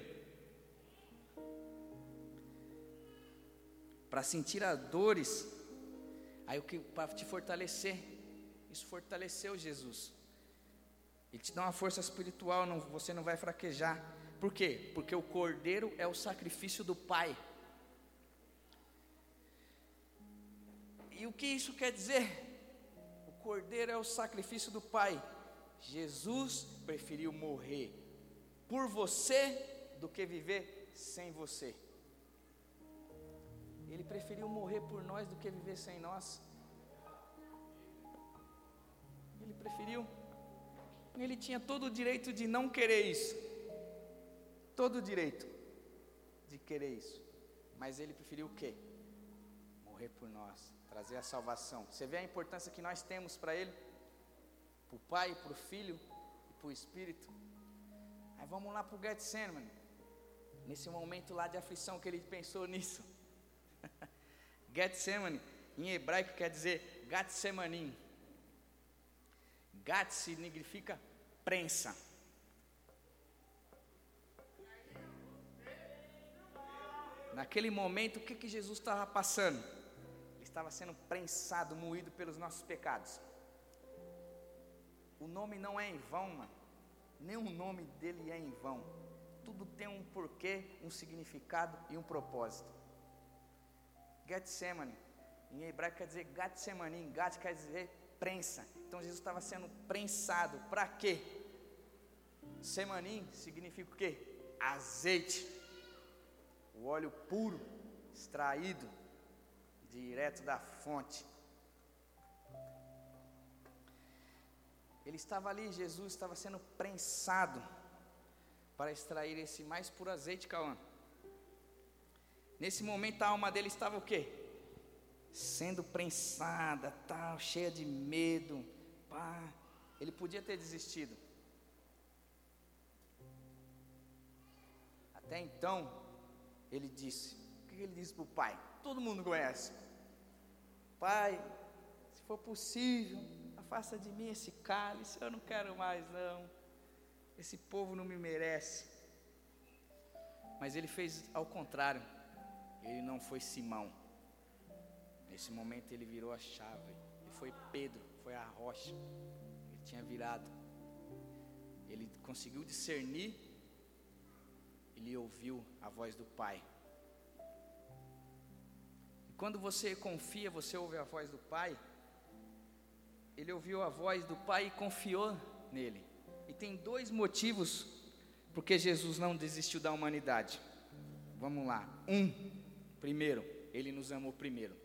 Para sentir as dores, aí o que para te fortalecer, isso fortaleceu Jesus. Ele te dá uma força espiritual, você não vai fraquejar. Por quê? Porque o cordeiro é o sacrifício do Pai. E o que isso quer dizer? O cordeiro é o sacrifício do Pai. Jesus preferiu morrer por você do que viver sem você. Ele preferiu morrer por nós do que viver sem nós. Ele preferiu. Ele tinha todo o direito de não querer isso. Todo o direito de querer isso. Mas ele preferiu o quê? Morrer por nós, trazer a salvação. Você vê a importância que nós temos para ele? Para o Pai, para o Filho e para o Espírito. Aí vamos lá para o Getsemane. Nesse momento lá de aflição que ele pensou nisso. Getsemane, em hebraico quer dizer Gatsemanim. Gat significa prensa. Naquele momento, o que Jesus estava passando? Ele estava sendo prensado, moído pelos nossos pecados. O nome não é em vão, mano. Nenhum nome dele é em vão. Tudo tem um porquê, um significado e um propósito. Getsemane, em hebraico quer dizer Gatsemanim. Gat quer dizer prensa. Então Jesus estava sendo prensado. Para quê? Semanim significa o quê? Azeite. O óleo puro, extraído direto da fonte. Ele estava ali, Jesus estava sendo prensado para extrair esse mais puro azeite, Cauã. Nesse momento a alma dele estava o quê? Sendo prensada, tal, cheia de medo. Pá. Ele podia ter desistido. Até então, ele disse, o que ele disse para o pai? Todo mundo conhece. Pai, se for possível, afasta de mim esse cálice, eu não quero mais não. Esse povo não me merece. Mas ele fez ao contrário. Ele não foi Simão. Nesse momento ele virou a chave. Ele foi Pedro, foi a rocha. Ele tinha virado. Ele conseguiu discernir. Ele ouviu a voz do Pai. E quando você confia, você ouve a voz do Pai. Ele ouviu a voz do Pai e confiou nele. E tem dois motivos porque Jesus não desistiu da humanidade. Vamos lá. Primeiro, ele nos amou primeiro.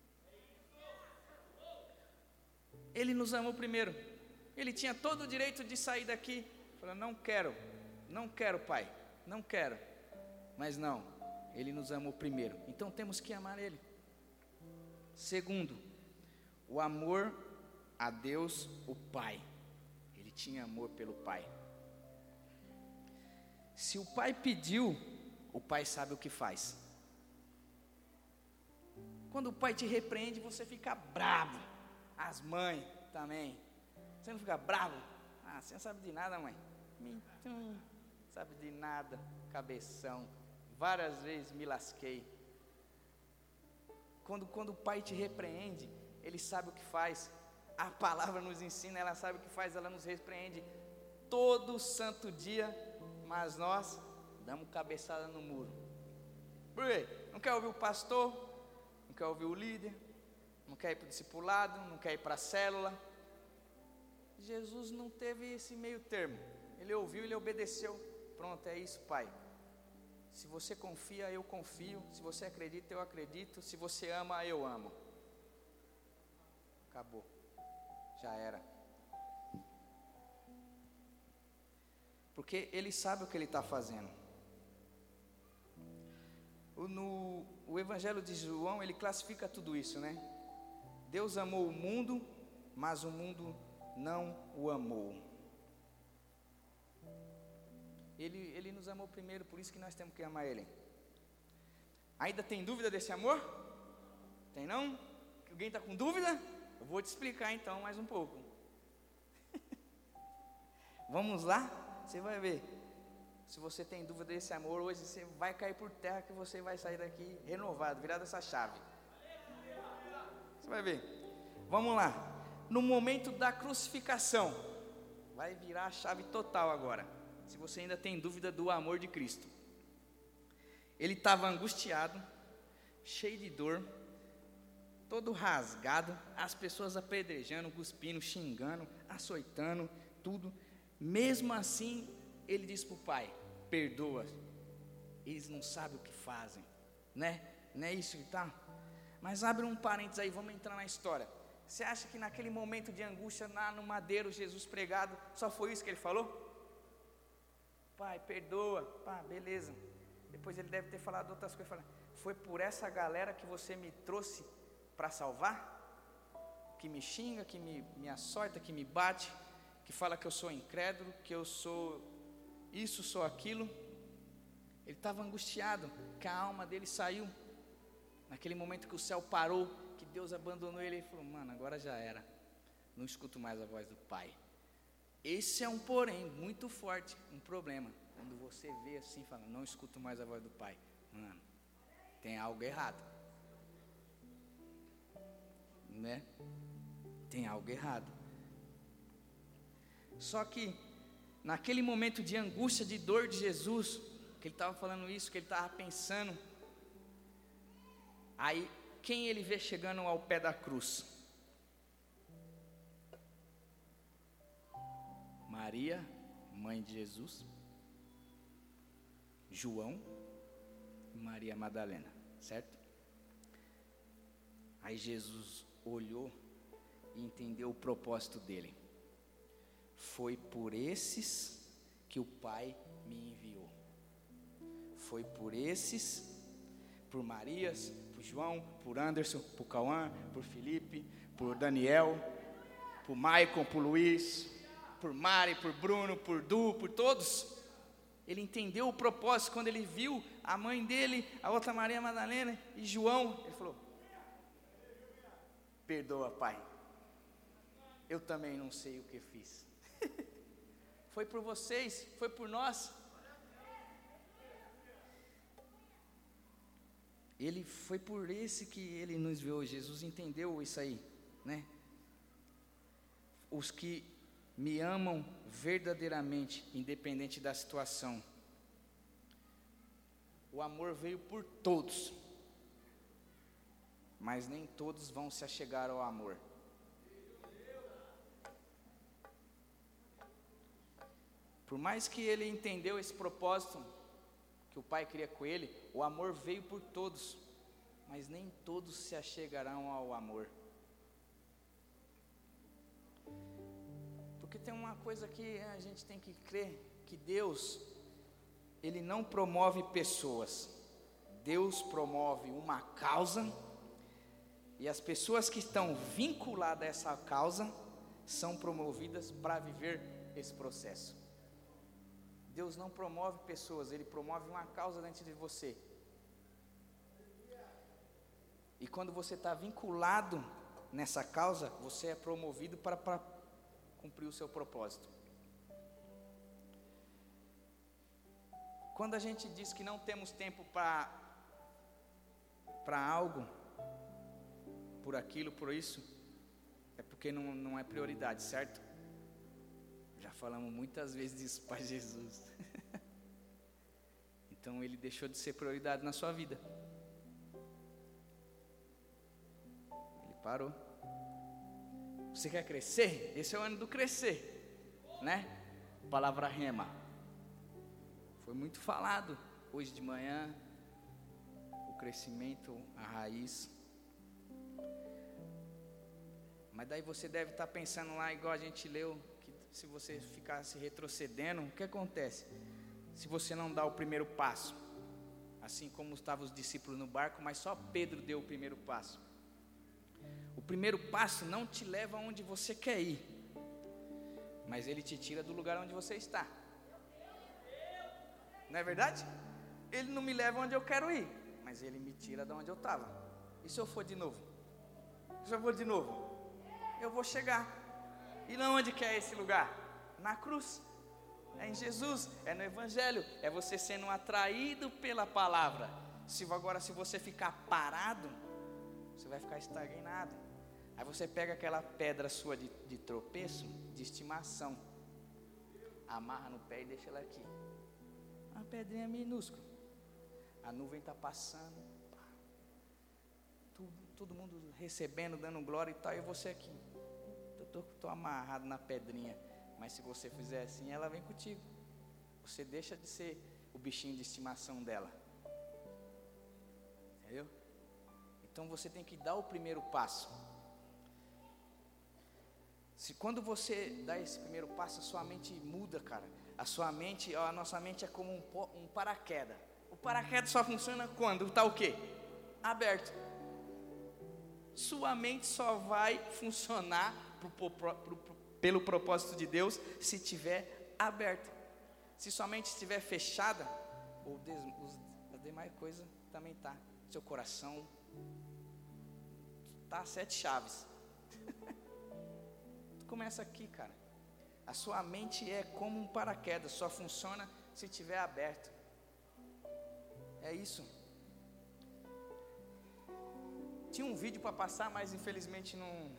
Ele nos amou primeiro. Ele tinha todo o direito de sair daqui. Falou, não quero, Pai, não quero. Mas não, ele nos amou primeiro. Então temos que amar ele. Segundo, o amor a Deus, o Pai. Ele tinha amor pelo Pai. Se o Pai pediu, o Pai sabe o que faz. Quando o pai te repreende, você fica bravo. As mães também. Você não fica bravo? Você não sabe de nada, mãe. Sabe de nada, cabeção. Várias vezes me lasquei. Quando o pai te repreende, ele sabe o que faz. A palavra nos ensina, ela sabe o que faz, ela nos repreende todo santo dia, mas nós damos cabeçada no muro. Por quê? Não quer ouvir o pastor, não quer ouvir o líder, não quer ir para o discipulado, não quer ir para a célula. Jesus não teve esse meio termo. Ele ouviu, ele obedeceu. Pronto, é isso, Pai. Se você confia, eu confio. Se você acredita, eu acredito. Se você ama, eu amo. Acabou. Já era. Porque ele sabe o que ele está fazendo. O Evangelho de João, ele classifica tudo isso, né? Deus amou o mundo, mas o mundo não o amou. Ele nos amou primeiro, por isso que nós temos que amar Ele. Ainda tem dúvida desse amor? Tem não? Alguém está com dúvida? Eu vou te explicar então mais um pouco. Vamos lá? Você vai ver. Se você tem dúvida desse amor, hoje você vai cair por terra, que você vai sair daqui renovado, virado essa chave. Você vai ver. Vamos lá. No momento da crucificação, vai virar a chave total agora. Se você ainda tem dúvida do amor de Cristo. Ele estava angustiado, cheio de dor, todo rasgado, as pessoas apedrejando, cuspindo, xingando, açoitando, tudo. Mesmo assim, ele disse para o pai: perdoa, eles não sabem o que fazem, né? Não é isso que está? Mas abre um parênteses aí, vamos entrar na história. Você acha que naquele momento de angústia, lá no madeiro, Jesus pregado, só foi isso que ele falou? Pai, perdoa, pá, beleza. Depois ele deve ter falado outras coisas. Foi por essa galera que você me trouxe para salvar? Que me xinga, que me açoita, que me bate, que fala que eu sou incrédulo, que eu sou isso, sou aquilo. Ele estava angustiado, que a alma dele saiu. Naquele momento que o céu parou, que Deus abandonou ele, ele falou: mano, agora já era, não escuto mais a voz do Pai. Esse é um porém muito forte, um problema. Quando você vê assim, fala: não escuto mais a voz do Pai. Mano, tem algo errado, né? Tem algo errado. Só que naquele momento de angústia, de dor de Jesus, que ele estava falando isso, que ele estava pensando, aí quem ele vê chegando ao pé da cruz? Maria, mãe de Jesus, João e Maria Madalena, certo? Aí Jesus olhou e entendeu o propósito dele. Foi por esses que o Pai me enviou. Foi por esses, por Marias, por João, por Anderson, por Cauã, por Felipe, por Daniel, por Maicon, por Luiz, por Mari, por Bruno, por Du, por todos. Ele entendeu o propósito quando ele viu a mãe dele, a outra Maria Madalena e João. Ele falou: perdoa, Pai, eu também não sei o que fiz. Foi por vocês, foi por nós. Ele foi por esse que ele nos viu. Jesus entendeu isso aí, né? Os que me amam verdadeiramente, independente da situação. O amor veio por todos, mas nem todos vão se achegar ao amor. Por mais que ele entendeu esse propósito que o Pai queria com ele, o amor veio por todos, mas nem todos se achegarão ao amor. Porque tem uma coisa que a gente tem que crer, que Deus, Ele não promove pessoas. Deus promove uma causa, e as pessoas que estão vinculadas a essa causa são promovidas para viver esse processo. Deus não promove pessoas, Ele promove uma causa dentro de você. E quando você está vinculado nessa causa, você é promovido para cumprir o seu propósito. Quando a gente diz que não temos tempo para algo, por aquilo, por isso, é porque não é prioridade, certo? Já falamos muitas vezes disso para Jesus. Então ele deixou de ser prioridade na sua vida. Ele parou. Você quer crescer? Esse é o ano do crescer, né? Palavra rema. Foi muito falado hoje de manhã. O crescimento, a raiz. Mas daí você deve estar pensando lá, igual a gente leu, que se você ficasse retrocedendo, o que acontece? Se você não dá o primeiro passo, assim como estavam os discípulos no barco, mas só Pedro deu o primeiro passo. O primeiro passo não te leva aonde você quer ir, mas ele te tira do lugar onde você está. Não é verdade? Ele não me leva onde eu quero ir, mas ele me tira de onde eu estava. E se eu for de novo? Se eu for de novo, eu vou chegar. E lá onde que é esse lugar? Na cruz. É em Jesus, é no Evangelho, é você sendo atraído pela palavra. Se você ficar parado, você vai ficar estagnado. Aí você pega aquela pedra sua de tropeço, de estimação, amarra no pé e deixa ela aqui. Uma pedrinha minúscula. A nuvem está passando, todo mundo recebendo, dando glória e tal, e você aqui. Estou amarrado na pedrinha. Mas se você fizer assim, ela vem contigo. Você deixa de ser o bichinho de estimação dela. Entendeu? Então você tem que dar o primeiro passo. Quando você dá esse primeiro passo, a sua mente muda, cara. A nossa mente é como um paraquedas. O paraquedas só funciona quando está o quê? Aberto. Sua mente só vai funcionar pelo propósito de Deus se estiver aberta. Se sua mente estiver fechada, as demais coisas também tá. Seu coração tá 7 chaves. Começa aqui, cara. A sua mente é como um paraquedas, só funciona se estiver aberto. É isso. Tinha um vídeo para passar, mas infelizmente não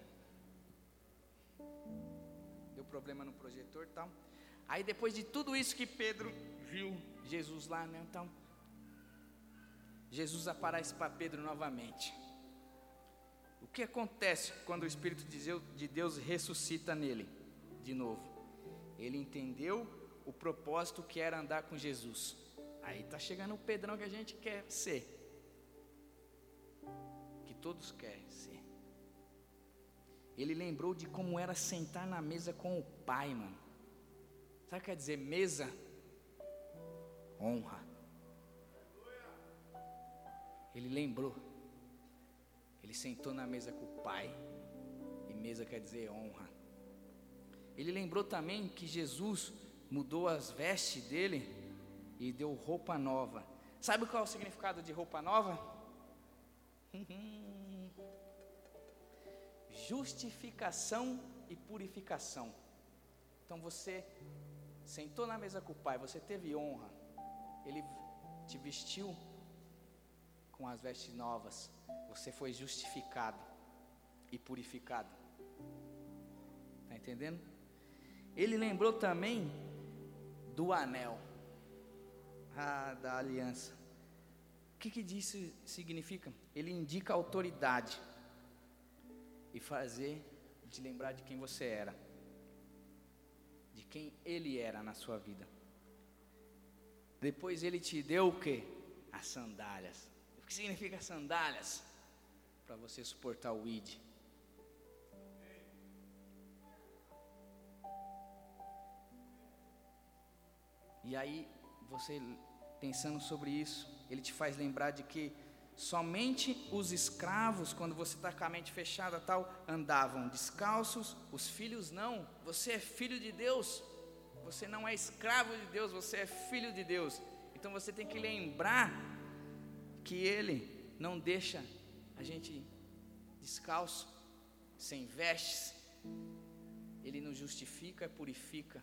deu problema no projetor e tal. Aí depois de tudo isso que Pedro viu Jesus lá, né? Então Jesus aparece para Pedro novamente. O que acontece quando o Espírito de Deus ressuscita nele de novo? Ele entendeu o propósito que era andar com Jesus. Aí está chegando o Pedrão que a gente quer ser, que todos querem ser. Ele lembrou de como era sentar na mesa com o Pai, mano. Sabe o que quer dizer mesa? Honra. Ele lembrou. Ele sentou na mesa com o Pai. E mesa quer dizer honra. Ele lembrou também que Jesus mudou as vestes dele e deu roupa nova. Sabe qual é o significado de roupa nova? Justificação e purificação. Então você sentou na mesa com o Pai, você teve honra. Ele te vestiu com as vestes novas. Você foi justificado e purificado. Está entendendo? Ele lembrou também do anel, da aliança. O que isso significa? Ele indica autoridade e te lembrar de quem você era, de quem Ele era na sua vida. Depois Ele te deu o quê? As sandálias. O que significa sandálias? Para você suportar o id. E aí, você pensando sobre isso, Ele te faz lembrar de que somente os escravos, quando você está com a mente fechada tal, andavam descalços, os filhos não. Você é filho de Deus, você não é escravo de Deus, você é filho de Deus. Então você tem que lembrar que Ele não deixa a gente descalço, sem vestes. Ele nos justifica e purifica.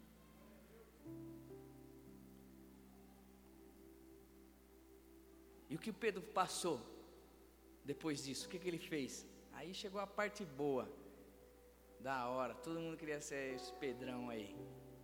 E o que o Pedro passou depois disso? O que ele fez? Aí chegou a parte boa, da hora. Todo mundo queria ser esse Pedrão aí.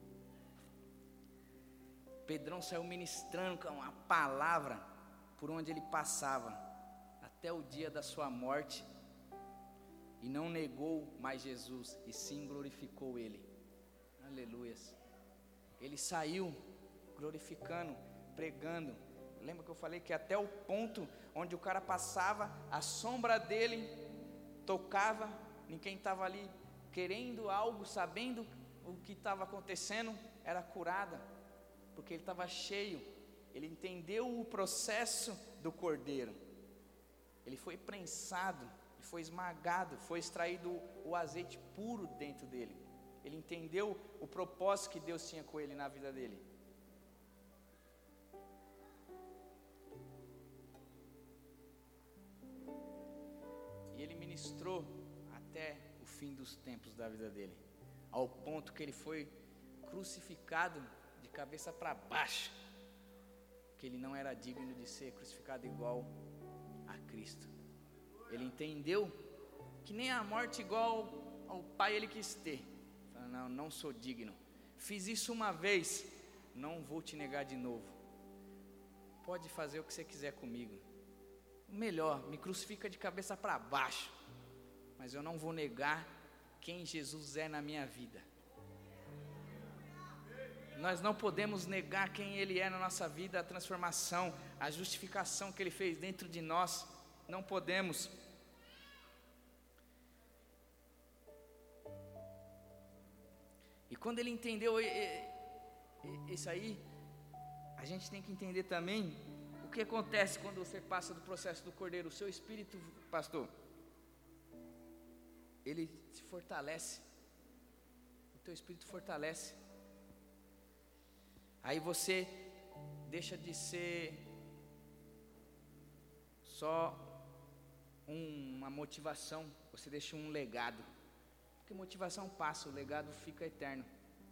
Pedrão saiu ministrando com a palavra por onde ele passava, até o dia da sua morte. E não negou mais Jesus, e sim glorificou Ele. Aleluias. Ele saiu glorificando, pregando. Lembra que eu falei que até o ponto onde o cara passava, a sombra dele tocava, ninguém estava ali querendo algo, sabendo o que estava acontecendo, era curada, porque ele estava cheio, ele entendeu o processo do cordeiro, ele foi prensado, e foi esmagado, foi extraído o azeite puro dentro dele. Ele entendeu o propósito que Deus tinha com ele na vida dele. E ele ministrou até o fim dos tempos da vida dele, ao ponto que ele foi crucificado de cabeça para baixo, que ele não era digno de ser crucificado igual a Cristo. Ele entendeu que nem a morte igual ao Pai ele quis ter. Falou, não sou digno, fiz isso uma vez, não vou te negar de novo. Pode fazer o que você quiser comigo, melhor, me crucifica de cabeça para baixo, mas eu não vou negar quem Jesus é na minha vida. Nós não podemos negar quem Ele é na nossa vida, a transformação, a justificação que Ele fez dentro de nós. Não podemos. E quando Ele entendeu isso aí, a gente tem que entender também o que acontece quando você passa do processo do Cordeiro. O seu espírito, pastor, ele se fortalece. O teu espírito fortalece. Aí você deixa de ser só uma motivação, você deixa um legado. Porque motivação passa, o legado fica eterno.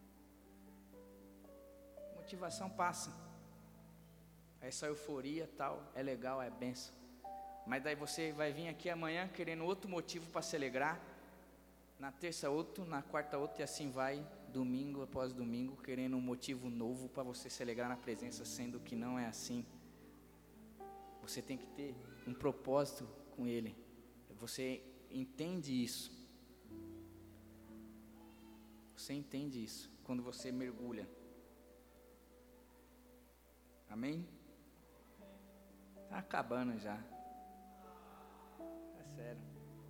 Motivação passa. Essa euforia tal, é legal, é benção. Mas daí você vai vir aqui amanhã querendo outro motivo para se alegrar. Na terça outro, na quarta outro, e assim vai, domingo após domingo, querendo um motivo novo para você se alegrar na presença, sendo que não é assim. Você tem que ter um propósito com Ele. Você entende isso. Você entende isso quando você mergulha. Amém? Está acabando já. É sério.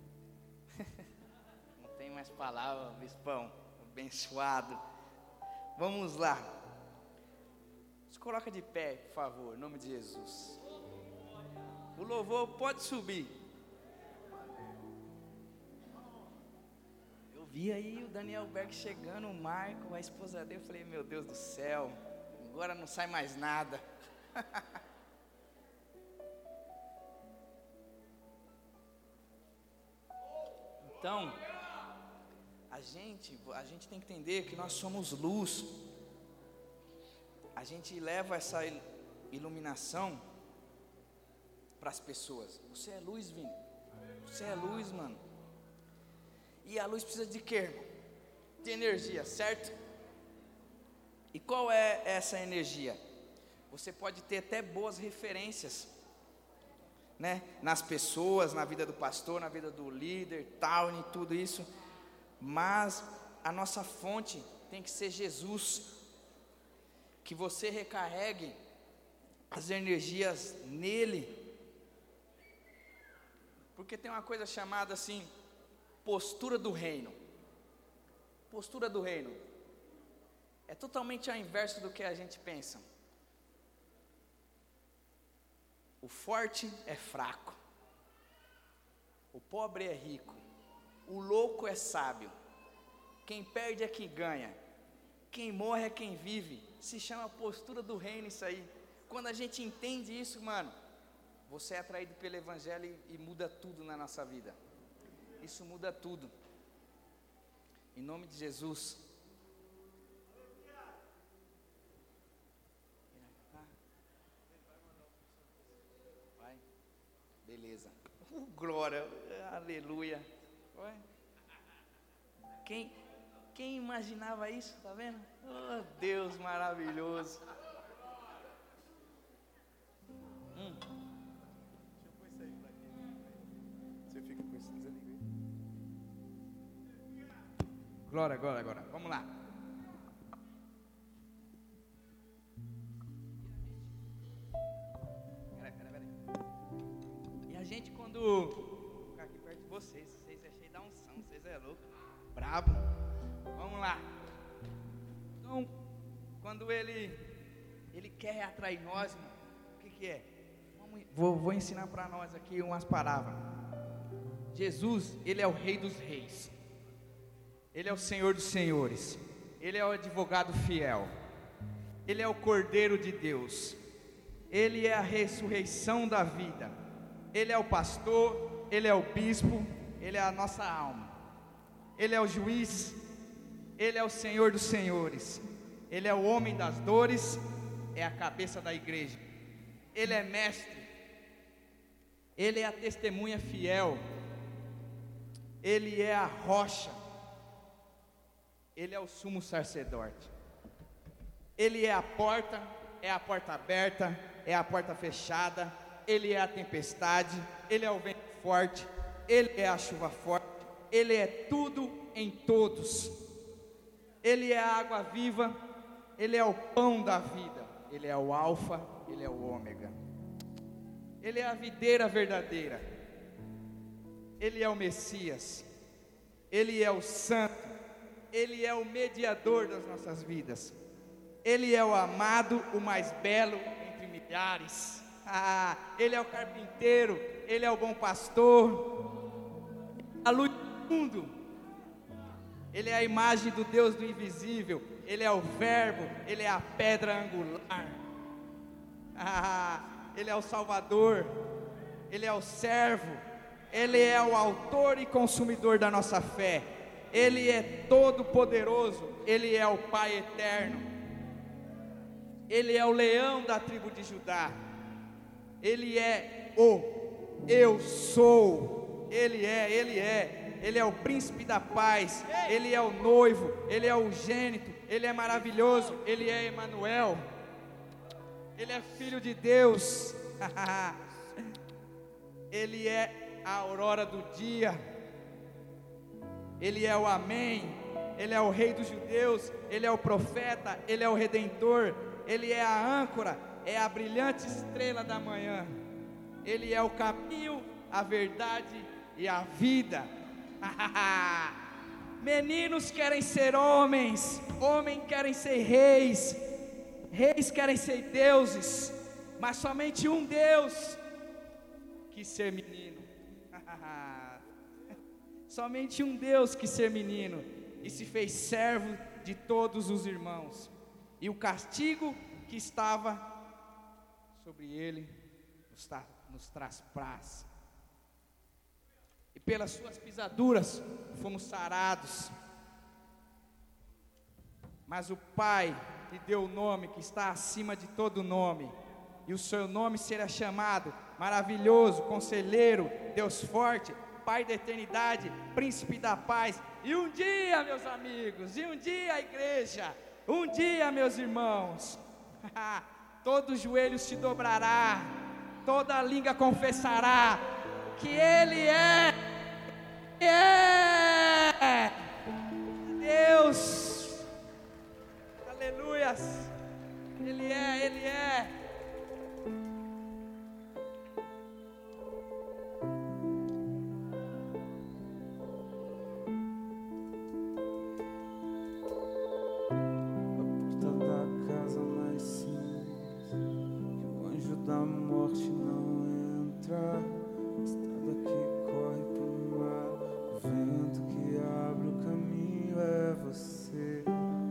Não tem mais palavras, bispão. Abençoado. Vamos lá. Se coloca de pé, por favor, em nome de Jesus. O louvor pode subir. Eu vi aí o Daniel Berg chegando, o Marco, a esposa dele. Eu falei, meu Deus do céu, agora não sai mais nada. Então, a gente tem que entender que nós somos luz. A gente leva essa iluminação para as pessoas. Você é luz, Vini. Você é luz, mano. E a luz precisa de quê, irmão? De energia, certo? E qual é essa energia? Você pode ter até boas referências, né? Nas pessoas, na vida do pastor, na vida do líder, tal, e tudo isso. Mas a nossa fonte tem que ser Jesus. Que você recarregue as energias nele. Porque tem uma coisa chamada assim, postura do reino. Postura do reino é totalmente ao inverso do que a gente pensa. O forte é fraco, o pobre é rico, o louco é sábio, quem perde é quem ganha, quem morre é quem vive. Se chama postura do reino isso aí. Quando a gente entende isso, mano, você é atraído pelo evangelho e muda tudo na nossa vida. Isso muda tudo. Em nome de Jesus. Vai. Beleza. Glória. Aleluia. Vai. Quem imaginava isso? Tá vendo? Oh, Deus maravilhoso. Deixa eu pôr isso aí pra quê? Você fica com esse desliga aí. Glória, glória, agora. Vamos lá. Peraí. E a gente quando... Vou ficar aqui perto de vocês é cheios da unção, vocês é louco. Brabo. Vamos lá. Então, quando ele quer atrair nós, mano, o que é? Vou ensinar para nós aqui umas palavras. Jesus, Ele é o Rei dos Reis, Ele é o Senhor dos Senhores, Ele é o advogado fiel, Ele é o Cordeiro de Deus, Ele é a ressurreição da vida, Ele é o pastor, Ele é o bispo, Ele é a nossa alma, Ele é o juiz, Ele é o Senhor dos Senhores, Ele é o homem das dores, é a cabeça da igreja, Ele é mestre, Ele é a testemunha fiel, Ele é a rocha, Ele é o sumo sacerdote, Ele é a porta aberta, é a porta fechada, Ele é a tempestade, Ele é o vento forte, Ele é a chuva forte, Ele é tudo em todos, Ele é a água viva, Ele é o pão da vida, Ele é o alfa, Ele é o ômega, Ele é a videira verdadeira, Ele é o Messias, Ele é o santo, Ele é o mediador das nossas vidas, Ele é o amado, o mais belo entre milhares, Ele é o carpinteiro, Ele é o bom pastor, a luz do mundo, Ele é a imagem do Deus do invisível, Ele é o verbo, Ele é a pedra angular, Ele é o Salvador, Ele é o servo, Ele é o autor e consumidor da nossa fé, Ele é todo poderoso, Ele é o Pai eterno, Ele é o leão da tribo de Judá, Ele é o eu sou, Ele é o príncipe da paz, Ele é o noivo, Ele é o gênito, Ele é maravilhoso, Ele é Emanuel, Ele é filho de Deus, Ele é a aurora do dia, Ele é o amém, Ele é o rei dos judeus, Ele é o profeta, Ele é o redentor, Ele é a âncora, é a brilhante estrela da manhã, Ele é o caminho, a verdade e a vida. Meninos querem ser homens, homens querem ser reis, reis querem ser deuses, mas somente um Deus quis ser menino. Somente um Deus quis ser menino e se fez servo de todos os irmãos, e o castigo que estava sobre ele nos traz paz, e pelas suas pisaduras fomos sarados. Mas o Pai lhe deu o nome que está acima de todo nome, e o seu nome será chamado Maravilhoso, Conselheiro, Deus Forte, Pai da Eternidade, Príncipe da Paz. E um dia, meus amigos, e um dia a igreja, um dia, meus irmãos, todo joelho se dobrará, toda língua confessará que Ele é Deus. Aleluias. Ele é. Da morte não entra, estrada que corre pro mar, o vento que abre o caminho é você.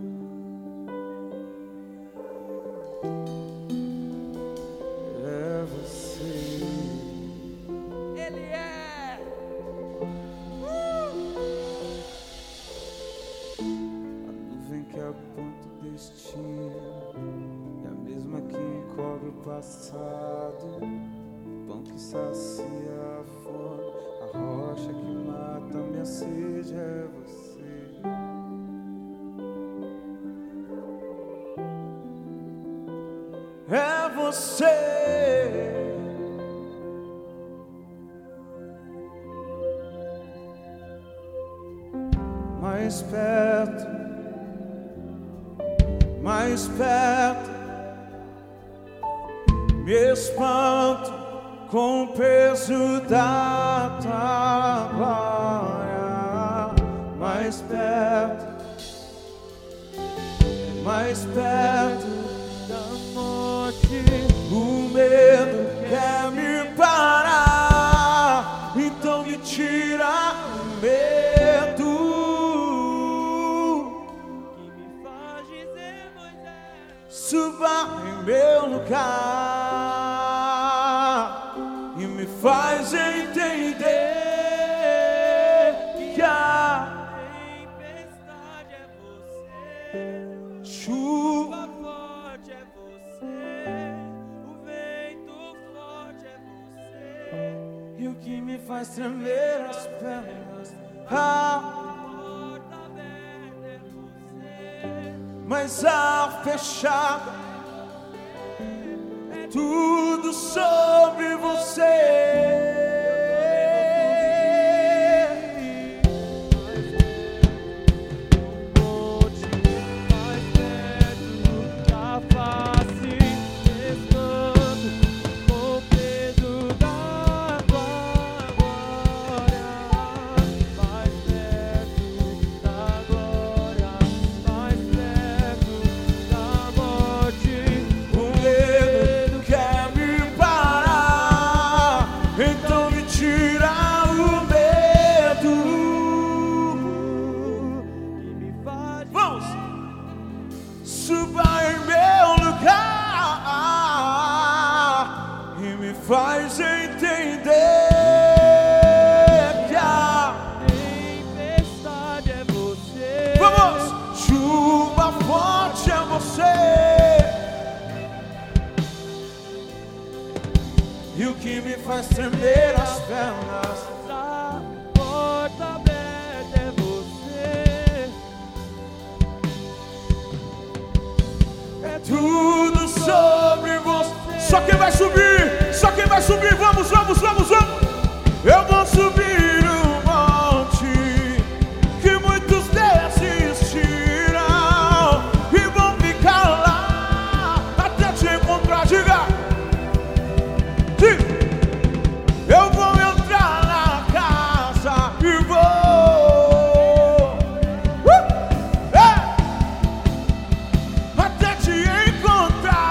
É você. Ele é. A nuvem que aponta o destino é a mesma que encobre o passado, o pão que sacia a fome, a rocha que mata a minha sede é você. É você. Mais perto, mais perto, me espanto com o peso da tua glória. Mais perto da morte, o medo quer me parar, então me tira lugar e me faz entender que a tempestade é você, chuva forte é você, o vento forte é você, e o que me faz tremer as pernas, a porta aberta é você, mas a fechada é tudo sobre você. Faz entender que a tempestade é você. Vamos! Chuva forte é você. E o que me faz tremer as pernas, a porta aberta é você. É tudo sobre você. Só quem vai subir, só quem vai subir, vamos, vamos, vamos, vamos. Eu vou subir o monte que muitos desistiram e vão ficar lá até te encontrar. Diga, diga. Eu vou entrar na casa e vou até te encontrar.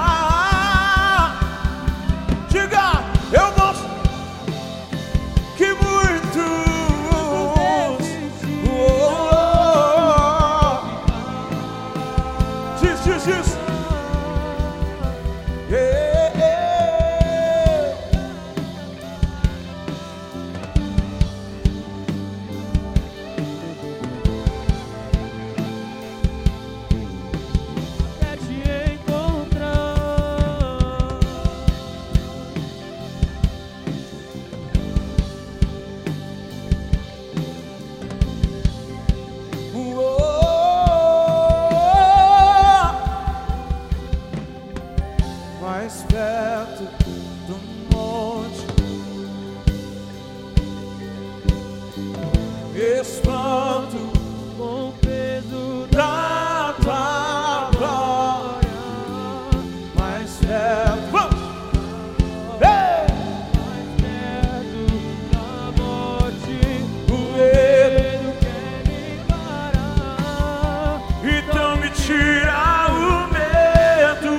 Mais perto do monte, espanto com o peso da tua glória. Mais perto, vamos! Mais perto da morte, o medo quer me parar, então me tira o medo.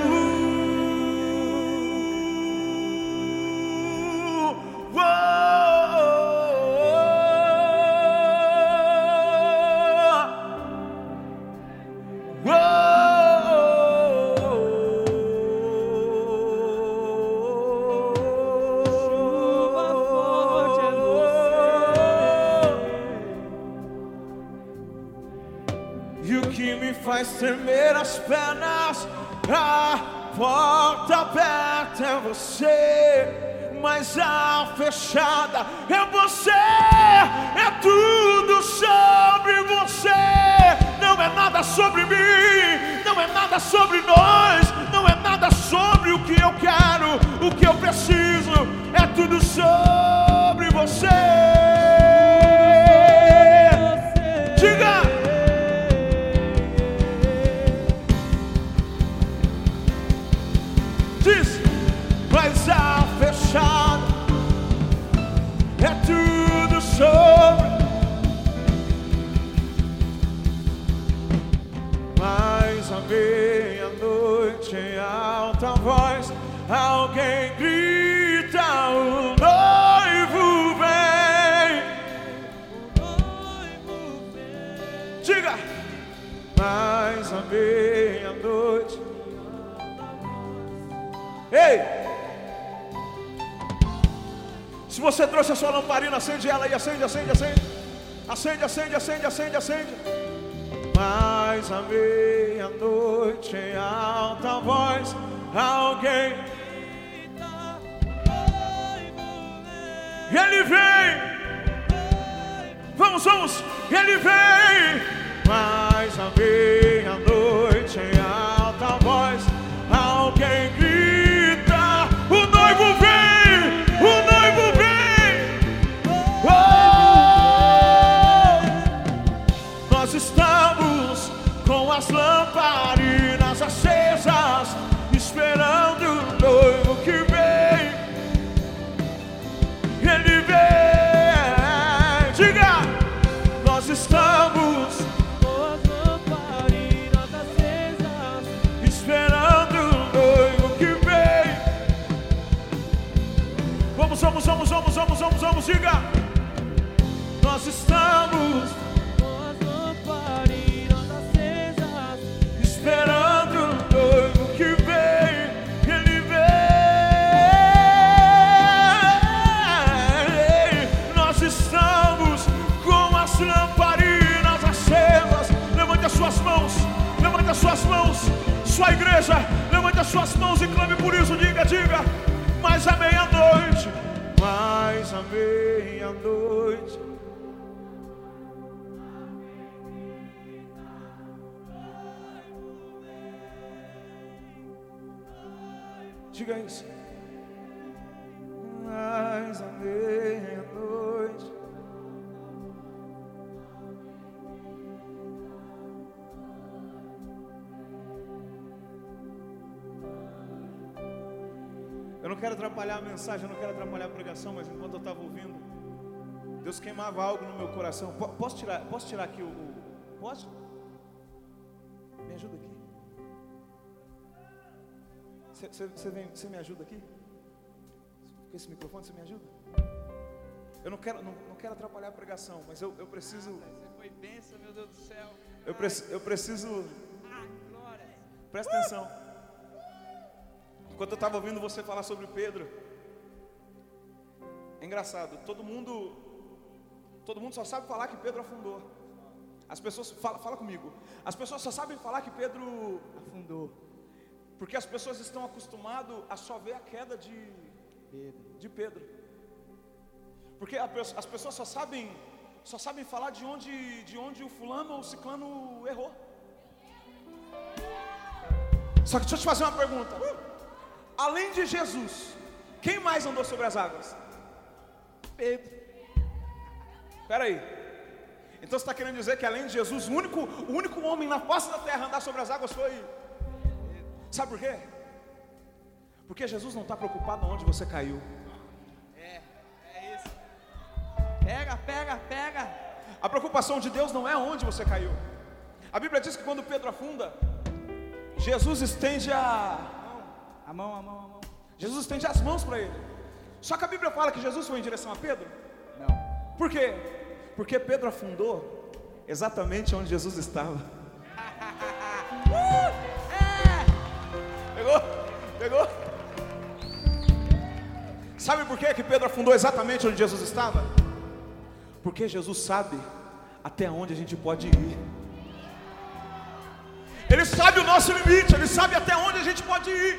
E o que me faz tremer as pernas, a porta aberta é você, mas a fechada é você. É tudo sobre você. Não é nada sobre mim, não é nada sobre nós, não é nada sobre o que eu quero, o que eu preciso. É tudo sobre você. Diga! Diz, mas a fechada é tudo sobre. Mas à meia-noite em alta voz alguém grita: o noivo vem. O noivo vem. Diga, mas à meia-noite Ei! Se você trouxe a sua lamparina, acende ela aí, acende, acende, acende. Acende, acende, acende, acende, acende. Mas à meia-noite em alta voz alguém ele vem. Vamos, vamos, ele vem. Mas à meia-noite em alta voz alguém grita: o noivo vem, o noivo vem. Oh! Nós estamos com as lamparinas acesas, esperando o noivo que vem. Ele vem. Diga: nós estamos com as lamparinas acesas, esperando o noivo que vem. Vamos, vamos, vamos, vamos, vamos, vamos, vamos. Diga: nós estamos com as lamparinas acesas, esperando o noivo que vem. Ele vem. Nós estamos com as lamparinas acesas. Levante as suas mãos, levante as suas mãos. Sua igreja, levante as suas mãos e clame por isso. Diga, diga: mais à meia-noite, mais à meia-noite. Diga isso. Mais à meia-noite. Eu não quero atrapalhar a mensagem, eu não quero atrapalhar a pregação, mas enquanto eu estava ouvindo, Deus queimava algo no meu coração. Posso tirar aqui o... Posso? Me ajuda aqui. Você me ajuda aqui? Com esse microfone você me ajuda? Eu não quero atrapalhar a pregação, mas eu preciso... Você foi bênção, meu Deus do céu. Eu preciso... Glória. Presta atenção. Enquanto eu estava ouvindo você falar sobre Pedro, é engraçado, todo mundo só sabe falar que Pedro afundou. As pessoas, fala comigo, as pessoas só sabem falar que Pedro afundou, porque as pessoas estão acostumadas a só ver a queda de Pedro. Porque as pessoas só sabem falar de onde o fulano ou o ciclano errou. Só que deixa eu te fazer uma pergunta. Além de Jesus, quem mais andou sobre as águas? Pedro. Espera aí. Então você está querendo dizer que além de Jesus, o único homem na face da terra a andar sobre as águas foi... Sabe por quê? Porque Jesus não está preocupado onde você caiu. É isso. Pega. A preocupação de Deus não é onde você caiu. A Bíblia diz que quando Pedro afunda, Jesus estende a mão. Jesus estende as mãos para ele. Só que a Bíblia fala que Jesus foi em direção a Pedro? Não. Por quê? Porque Pedro afundou exatamente onde Jesus estava. Pegou? Sabe por quê que Pedro afundou exatamente onde Jesus estava? Porque Jesus sabe até onde a gente pode ir. Ele sabe o nosso limite, Ele sabe até onde a gente pode ir.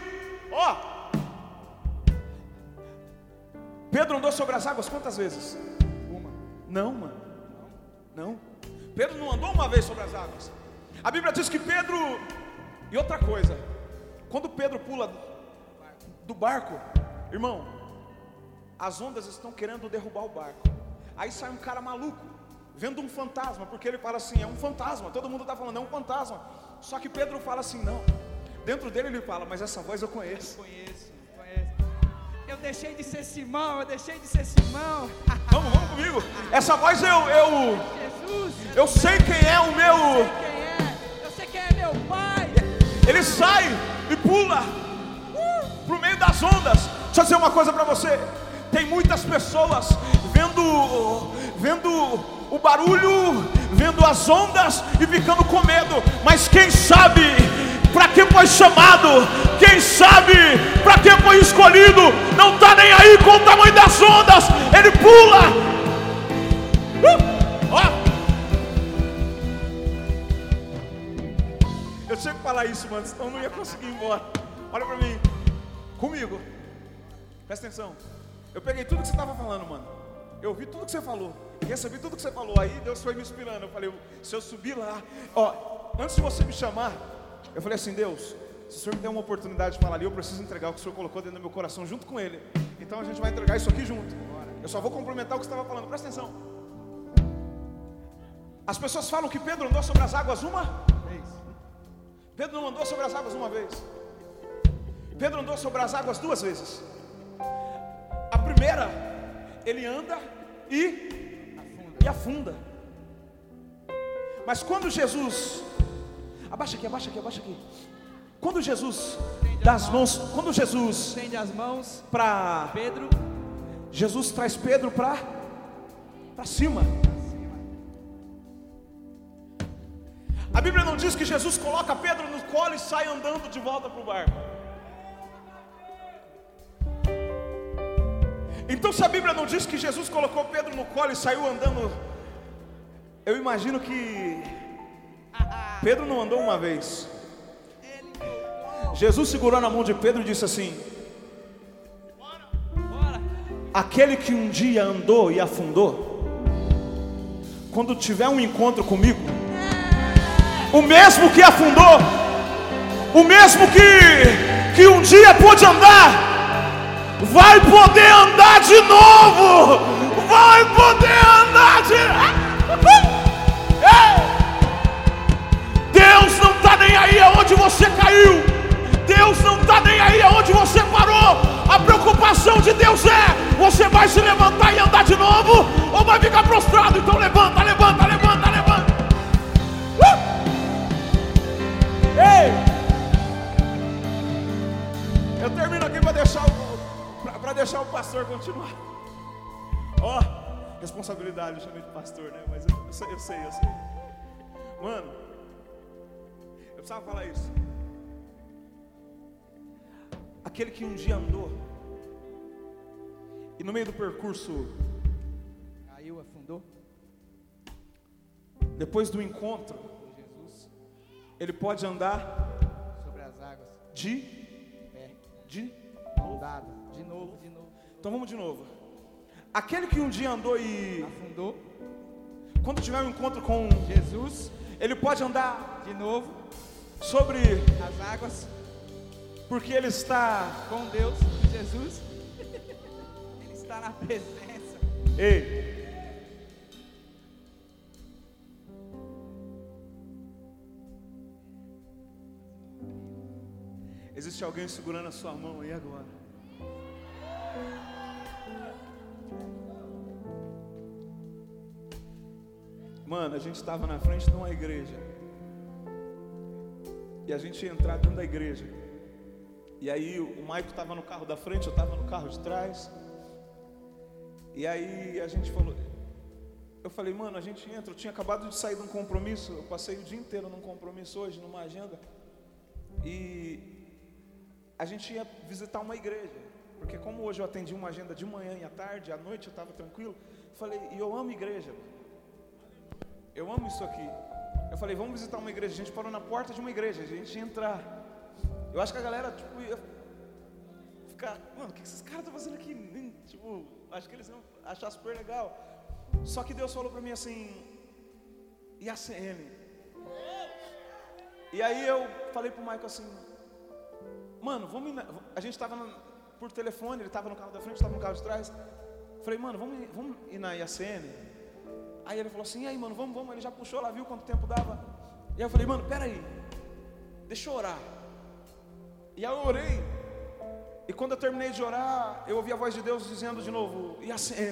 Pedro andou sobre as águas quantas vezes? Uma. Não, mano. Não. Pedro não andou uma vez sobre as águas. A Bíblia diz que Pedro... E outra coisa, quando Pedro pula do barco, irmão, as ondas estão querendo derrubar o barco. Aí sai um cara maluco, vendo um fantasma, porque ele fala assim, é um fantasma. Todo mundo está falando, é um fantasma. Só que Pedro fala assim, não. Dentro dele ele fala, mas essa voz eu conheço. Eu deixei de ser Simão. Vamos comigo. Essa voz Jesus. eu sei quem é o meu. Eu sei quem é meu Pai. Ele sai e pula pro meio das ondas. Deixa eu dizer uma coisa para você. Tem muitas pessoas vendo o barulho, vendo as ondas e ficando com medo. Mas quem sabe para que foi chamado, quem sabe para que foi escolhido, não está nem aí com o tamanho das ondas, ele pula. Eu tinha que falar isso, mano, senão eu não ia conseguir ir embora. Olha para mim, comigo, presta atenção. Eu peguei tudo que você estava falando, mano. Eu ouvi tudo que você falou, recebi tudo que você falou. Aí Deus foi me inspirando. Eu falei, se eu subir lá, antes de você me chamar, eu falei assim, Deus, se o Senhor me der uma oportunidade de falar ali, eu preciso entregar o que o Senhor colocou dentro do meu coração junto com Ele. Então a gente vai entregar isso aqui junto. Eu só vou complementar o que você estava falando, presta atenção. As pessoas falam que Pedro andou sobre as águas uma vez. Pedro não andou sobre as águas uma vez. Pedro andou sobre as águas 2 vezes. A primeira, ele anda e afunda. Mas quando Jesus, abaixa aqui. Quando Jesus dá as mãos, quando Jesus estende as mãos para Pedro, Jesus traz Pedro para cima. A Bíblia não diz que Jesus coloca Pedro no colo e sai andando de volta para o barco. Então, se a Bíblia não diz que Jesus colocou Pedro no colo e saiu andando, eu imagino que Pedro não andou uma vez. Jesus segurou na mão de Pedro e disse assim: aquele que um dia andou e afundou, quando tiver um encontro comigo, o mesmo que afundou, o mesmo que um dia pôde andar, vai poder andar de novo. Vai poder andar de Deus não está nem aí aonde você caiu. Deus não está nem aí aonde você parou. A preocupação de Deus é: você vai se levantar e andar de novo, ou vai ficar prostrado? Então levanta. Ei! Eu termino aqui para deixar o pastor continuar. Responsabilidade, eu chamei de pastor, né? Mas eu sei. Mano, eu precisava falar isso. Aquele que um dia andou e no meio do percurso caiu, afundou, depois do encontro, Jesus, ele pode andar sobre as águas de dada, de novo. Então vamos de novo. Aquele que um dia andou e afundou, quando tiver um encontro com Jesus, ele pode andar de novo sobre as águas, porque ele está com Deus. Jesus ele está na presença. Ei, existe alguém segurando a sua mão aí agora? Mano, a gente estava na frente de uma igreja e a gente ia entrar dentro da igreja. E aí o Maico estava no carro da frente, eu estava no carro de trás. E aí a gente falou, eu falei, mano, a gente entra. Eu tinha acabado de sair de um compromisso, eu passei o dia inteiro num compromisso hoje, numa agenda. E a gente ia visitar uma igreja, porque como hoje eu atendi uma agenda de manhã e à tarde, à noite eu estava tranquilo. Falei, e eu amo igreja, eu amo isso aqui. Eu falei, vamos visitar uma igreja. A gente parou na porta de uma igreja, a gente ia entrar. Eu acho que a galera, ia ficar, mano, o que esses caras estão fazendo aqui? Acho que eles iam achar super legal. Só que Deus falou pra mim assim, IACM. E aí eu falei pro Michael assim, mano, a gente estava por telefone, ele estava no carro da frente, estava no carro de trás. Falei, mano, vamos ir na IACM? Aí ele falou assim, e aí, mano, vamos. Ele já puxou lá, viu quanto tempo dava. E aí eu falei, mano, peraí, deixa eu orar. E aí eu orei. E quando eu terminei de orar, eu ouvi a voz de Deus dizendo de novo, IACM.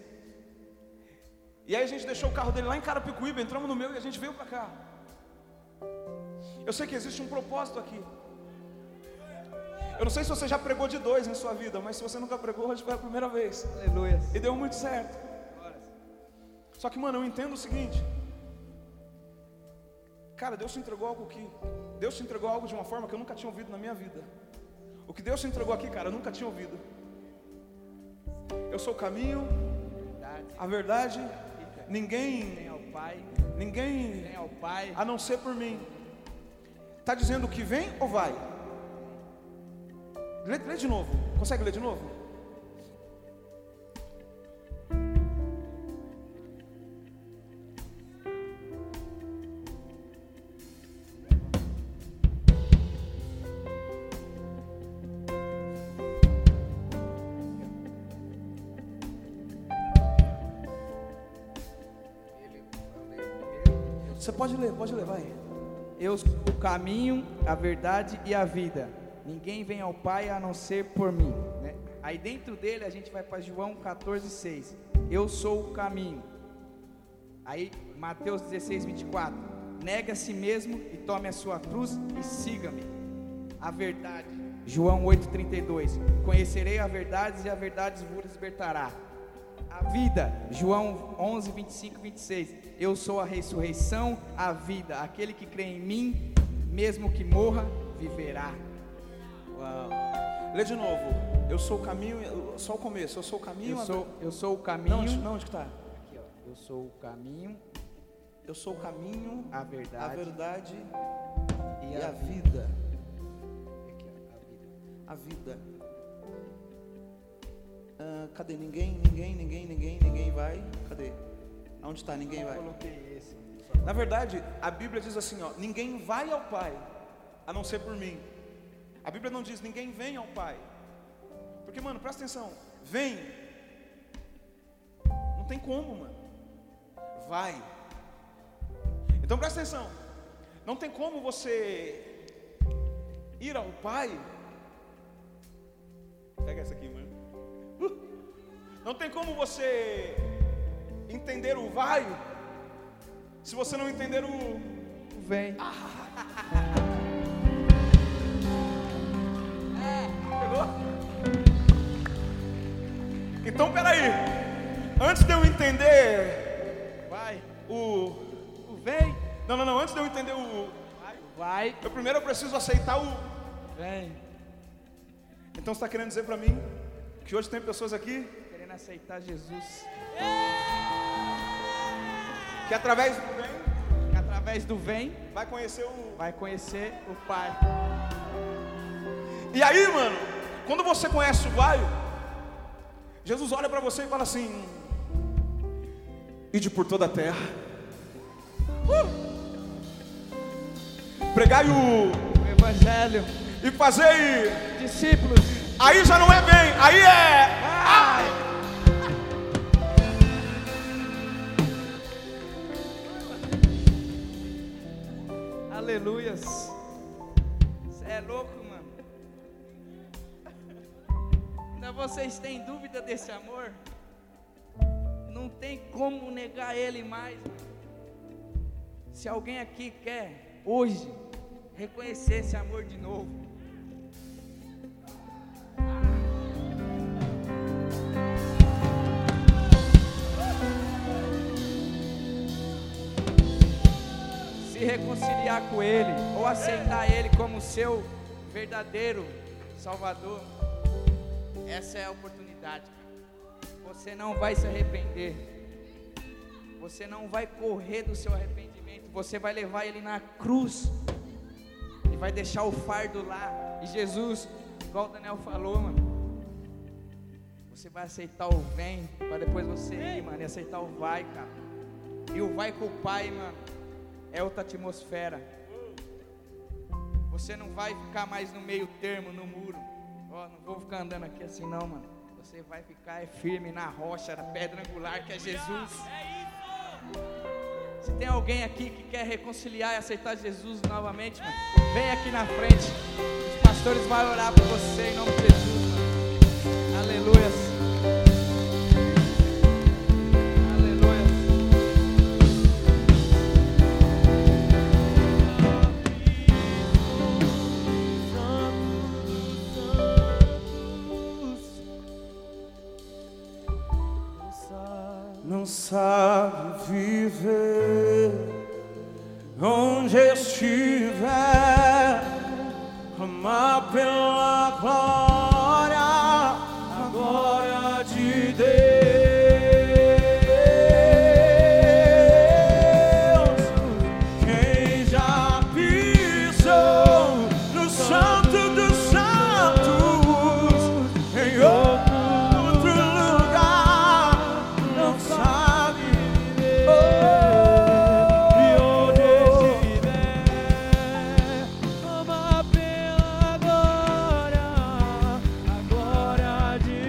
E aí a gente deixou o carro dele lá em Carapicuíba, entramos no meu e a gente veio pra cá. Eu sei que existe um propósito aqui. Eu não sei se você já pregou de 2 em sua vida, mas se você nunca pregou, hoje foi a primeira vez. Aleluia. E deu muito certo. Só que, mano, eu entendo o seguinte: Cara, Deus te entregou algo de uma forma que eu nunca tinha ouvido na minha vida. O que Deus te entregou aqui, cara, eu nunca tinha ouvido. Eu sou o caminho, a verdade, ninguém vem ao Pai, a não ser por mim. Está dizendo que vem ou vai? Lê de novo. Consegue ler de novo? Você pode ler, vai. Eu sou o caminho, a verdade e a vida. Ninguém vem ao Pai a não ser por mim, né? Aí dentro dele a gente vai para João 14:6. Eu sou o caminho. Aí Mateus 16:24. Negue a si mesmo e tome a sua cruz e siga-me. A verdade. João 8:32. Conhecerei a verdade e a verdade vos libertará. A vida. João 11:25-26. Eu sou a ressurreição, a vida. Aquele que crê em mim, mesmo que morra, viverá. Uau. Lê de novo. Eu sou o caminho, só o começo. Eu sou o caminho. Eu sou o caminho. Não, onde que está? Aqui, ó. Eu sou o caminho. Eu sou o caminho, a verdade e a vida. Aqui, ó, a vida. Cadê? Ninguém vai. Cadê? Aonde está? Ninguém vai. Eu coloquei esse. Na verdade, a Bíblia diz assim, ó, ninguém vai ao Pai, a não ser por mim. A Bíblia não diz ninguém vem ao Pai. Porque, mano, presta atenção. Vem. Não tem como, mano. Vai. Então presta atenção. Não tem como você ir ao Pai. Pega essa aqui, mano. Não tem como você entender o vai se você não entender o vem. Pegou? Então peraí. Antes de eu entender vai o vem. Não, antes de eu entender o vai, eu primeiro preciso aceitar o vem. Então você está querendo dizer para mim que hoje tem pessoas aqui querendo aceitar Jesus, que através do vem vai conhecer o Pai. E aí, mano, quando você conhece o vai, Jesus olha para você e fala assim: ide por toda a terra, pregai o Evangelho e fazei discípulos. Aí já não é bem, aí é ai. Aleluias. Você é louco, mano. Ainda vocês têm dúvida desse amor? Não tem como negar ele mais, mano. Se alguém aqui quer hoje reconhecer esse amor de novo, se reconciliar com ele, ou aceitar ele como seu verdadeiro Salvador, essa é a oportunidade, cara. Você não vai se arrepender, você não vai correr do seu arrependimento, você vai levar ele na cruz e vai deixar o fardo lá. E Jesus, igual o Daniel falou, mano, você vai aceitar o vem, para depois você ir, mano, e aceitar o vai, cara. E o vai com o Pai, mano, é outra atmosfera. Você não vai ficar mais no meio termo, no muro. Ó, não vou ficar andando aqui assim não, mano. Você vai ficar firme na rocha, na pedra angular que é Jesus. Se tem alguém aqui que quer reconciliar e aceitar Jesus novamente, mano, vem aqui na frente. Os pastores vão orar por você em nome de Jesus, mano. Aleluia. Não sabe viver onde estiver, clamar pela glória, a glória de Deus. Quem já pisou no Santo dos Santos, em outro lugar, não sabe viver. E onde estiver, clama pela glória, a glória de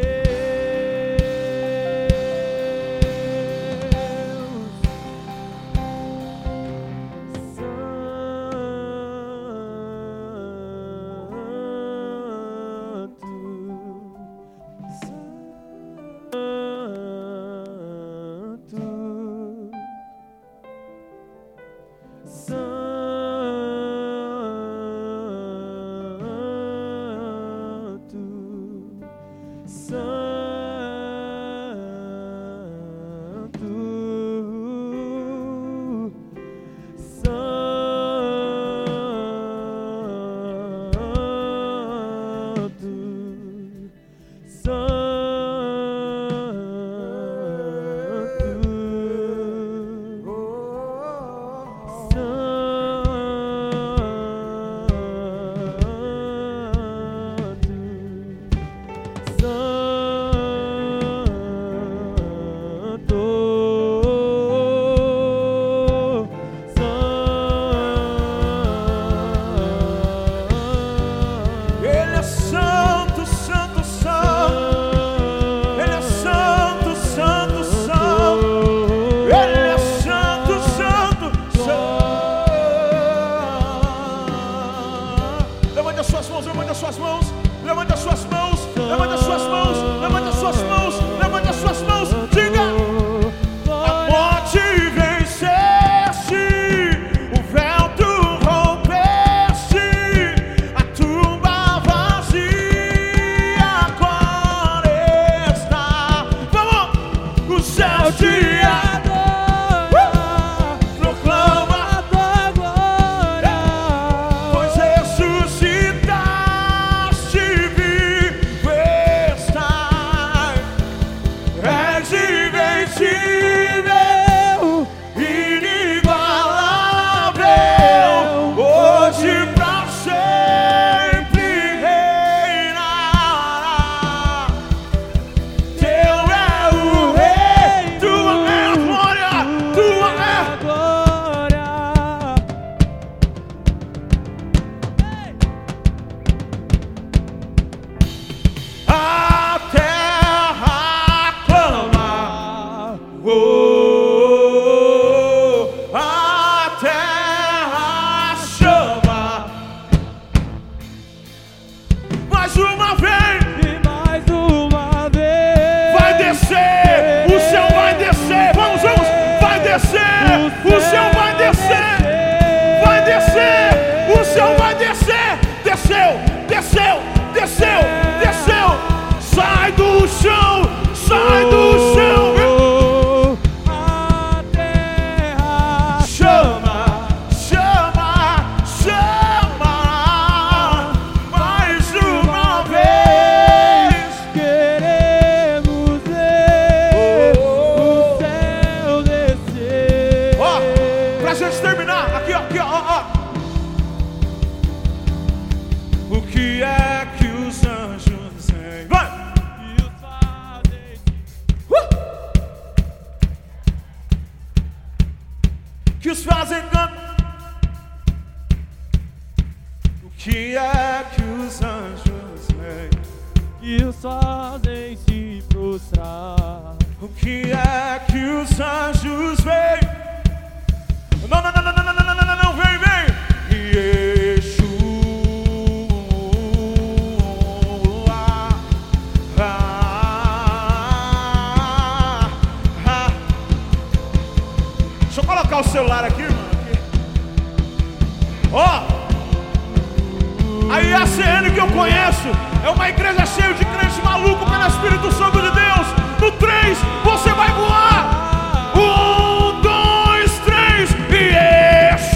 A IACN que eu conheço é uma igreja cheia de crentes malucos pelo Espírito Santo de Deus. No 3, você vai voar. 1, 2, 3 e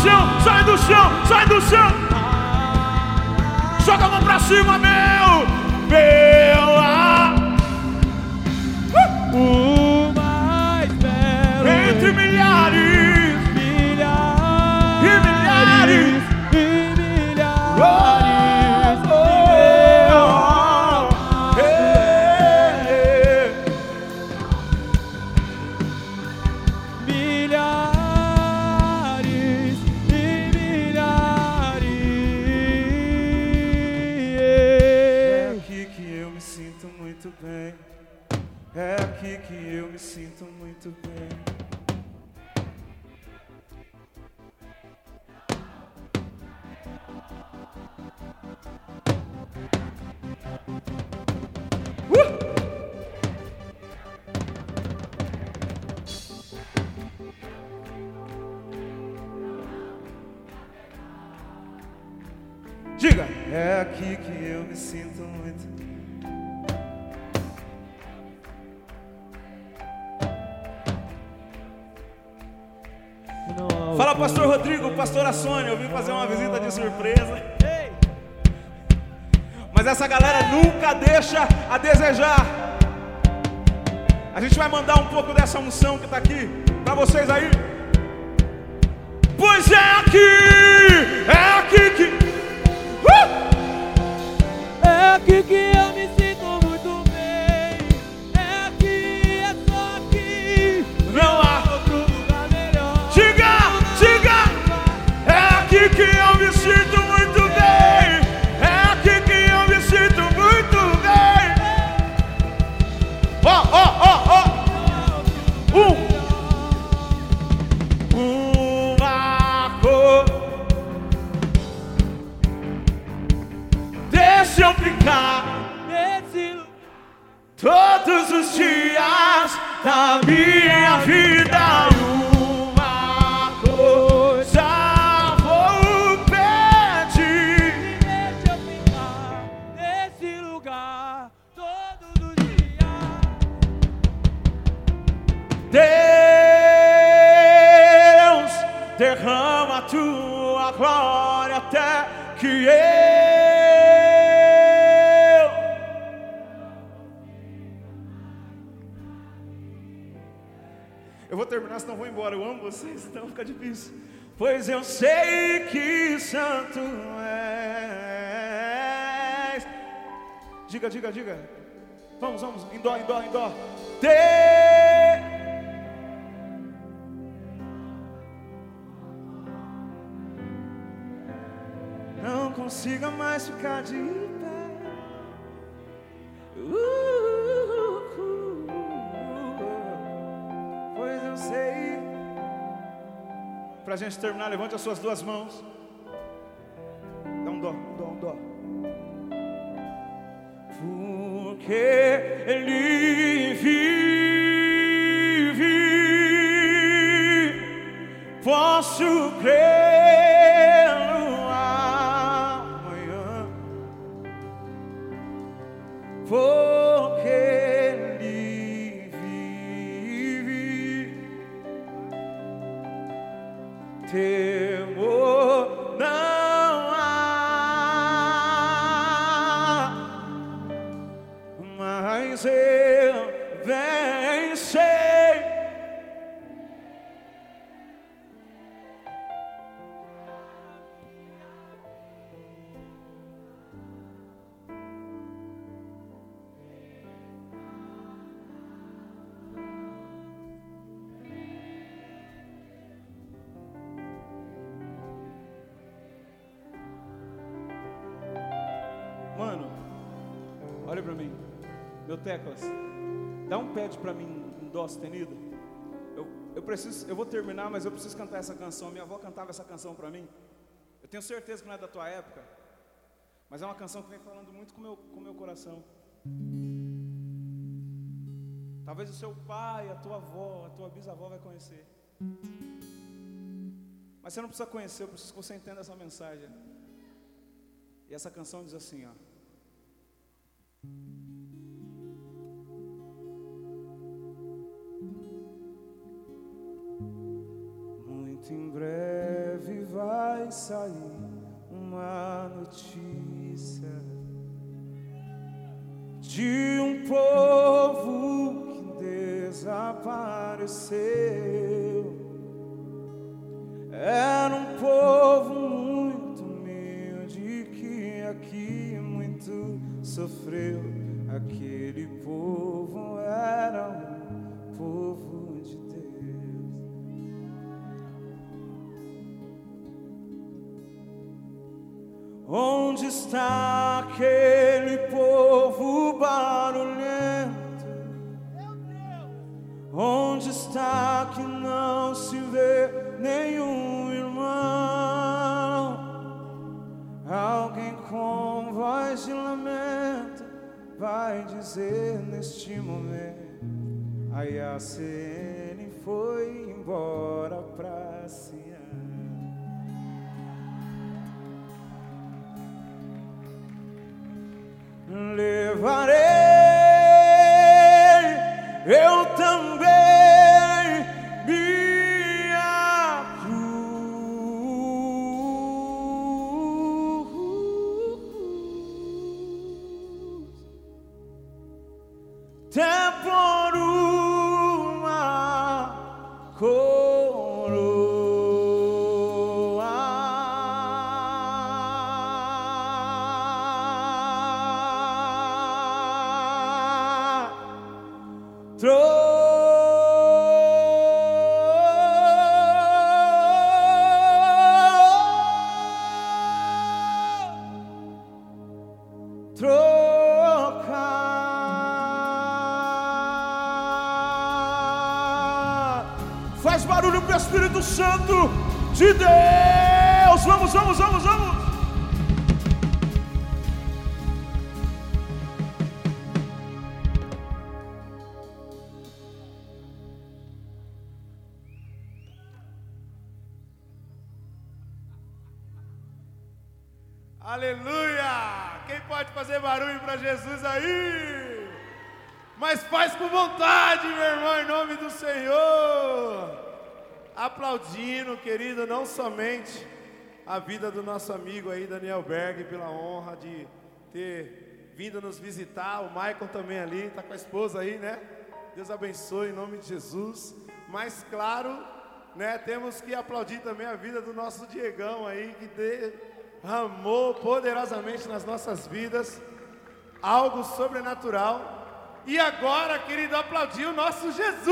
chão, sai do chão, sai do chão. Joga a mão pra cima, meu O mais belo entre milhares milhares e milhares. e milhares milhares e milhares. É aqui que eu me sinto muito bem. É aqui que eu me sinto muito bem. Diga. É aqui que eu me sinto muito. Fala, pastor Rodrigo, pastora Sônia, eu vim fazer uma visita de surpresa. Mas essa galera nunca deixa a desejar. A gente vai mandar um pouco dessa unção que está aqui para vocês aí. Pois é aqui que É aqui que eu me sinto muito bem. É aqui, é só aqui. não há. Outro lugar melhor. Diga, é aqui que eu me sinto muito bem. É aqui que eu me sinto muito bem. Ó. Uma cor. Deixa eu ficar Nesse todos os dias da minha vida. Uma coisa vou pedir. deixa eu ficar nesse lugar todos os dias. Deus, derrama a tua glória até que eu vou terminar, senão vou embora. Eu amo vocês, então fica difícil. Pois eu sei que santo és. Diga. Vamos, em dó. Não consiga mais ficar de pé. Pois eu sei. Pra gente terminar, levante as suas duas mãos. Dá um dó. Porque Ele vive, posso crer no amanhã. Porque Ele vive, temor não há, mas eu venci. Mano, olha pra mim, meu teclas, dá um pad pra mim em dó sustenido. Eu vou terminar, mas eu preciso cantar essa canção. Minha avó cantava essa canção pra mim. Eu tenho certeza que não é da tua época, mas é uma canção que vem falando muito com o meu coração. Talvez o seu pai, a tua avó, a tua bisavó vai conhecer. Mas você não precisa conhecer, eu preciso que você entenda essa mensagem. E essa canção diz assim, ó. Muito em breve breve vai sair uma notícia de um povo que desapareceu. Era um povo muito humilde que aqui muito sofreu. Aquele povo era um povo de Deus. Onde está aquele povo barulhento? Onde está que não se vê nenhum irmão? Alguém com voz de lamento vai dizer neste momento: a IACN foi embora pra Sião. Levarei eu também minha cruz, até por uma coroa. Faz barulho para o Espírito Santo de Deus. Vamos, vamos, vamos, vamos. Aleluia! Quem pode fazer barulho para Jesus aí? Mas faz com vontade, meu irmão, em nome do Senhor. Aplaudindo, querido, não somente a vida do nosso amigo aí, Daniel Berg, pela honra de ter vindo nos visitar. O Michael também ali, está com a esposa aí, né? Deus abençoe em nome de Jesus. Mas claro, né, temos que aplaudir também a vida do nosso Diegão aí, que derramou poderosamente nas nossas vidas algo sobrenatural. E agora, querido, aplaudir o nosso Jesus,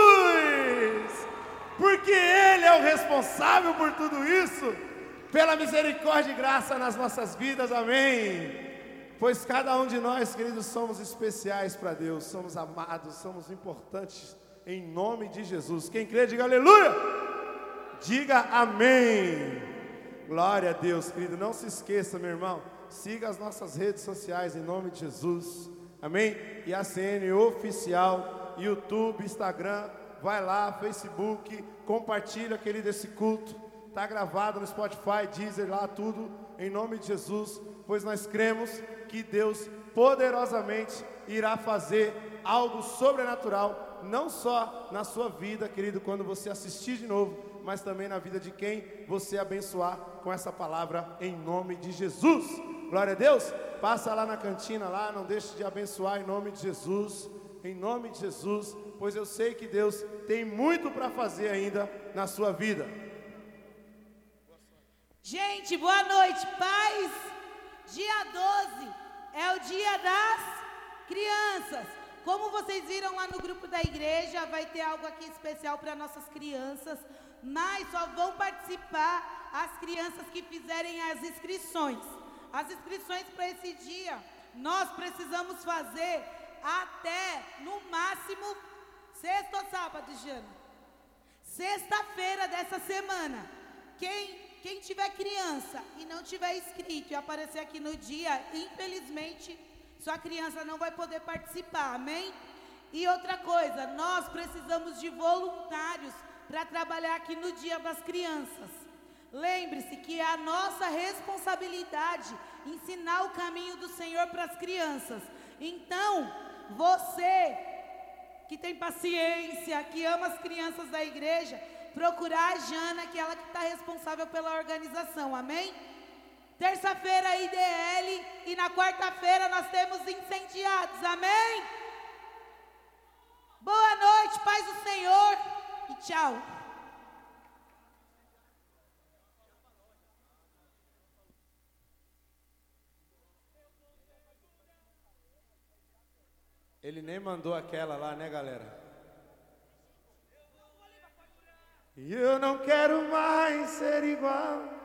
porque Ele é o responsável por tudo isso, pela misericórdia e graça nas nossas vidas, amém. Pois cada um de nós, queridos, somos especiais para Deus, somos amados, somos importantes, em nome de Jesus. Quem crê, diga aleluia, diga amém. Glória a Deus, querido. Não se esqueça, meu irmão, siga as nossas redes sociais, em nome de Jesus. Amém? IACN Oficial, YouTube, Instagram, vai lá, Facebook, compartilha, querido, esse culto. Está gravado no Spotify, Deezer, lá tudo, em nome de Jesus. Pois nós cremos que Deus poderosamente irá fazer algo sobrenatural, não só na sua vida, querido, quando você assistir de novo, mas também na vida de quem você abençoar com essa palavra, em nome de Jesus. Glória a Deus. Passa lá na cantina, lá, não deixe de abençoar em nome de Jesus, pois eu sei que Deus tem muito para fazer ainda na sua vida. Gente, boa noite, paz. Dia 12 é o dia das crianças. Como vocês viram lá no grupo da igreja, vai ter algo aqui especial para nossas crianças, mas só vão participar as crianças que fizerem as inscrições. As inscrições para esse dia, nós precisamos fazer até, no máximo, sexta ou sábado, Jana? Sexta-feira dessa semana. Quem tiver criança e não tiver inscrito e aparecer aqui no dia, infelizmente, sua criança não vai poder participar, amém? E outra coisa, nós precisamos de voluntários para trabalhar aqui no Dia das Crianças. Lembre-se que é a nossa responsabilidade ensinar o caminho do Senhor para as crianças. Então, você que tem paciência, que ama as crianças da igreja, procurar a Jana, que ela que está responsável pela organização, amém? Terça-feira IDL e na quarta-feira nós temos incendiados, amém? Boa noite, paz do Senhor e tchau. Ele nem mandou aquela lá, né, galera? E eu não quero mais ser igual.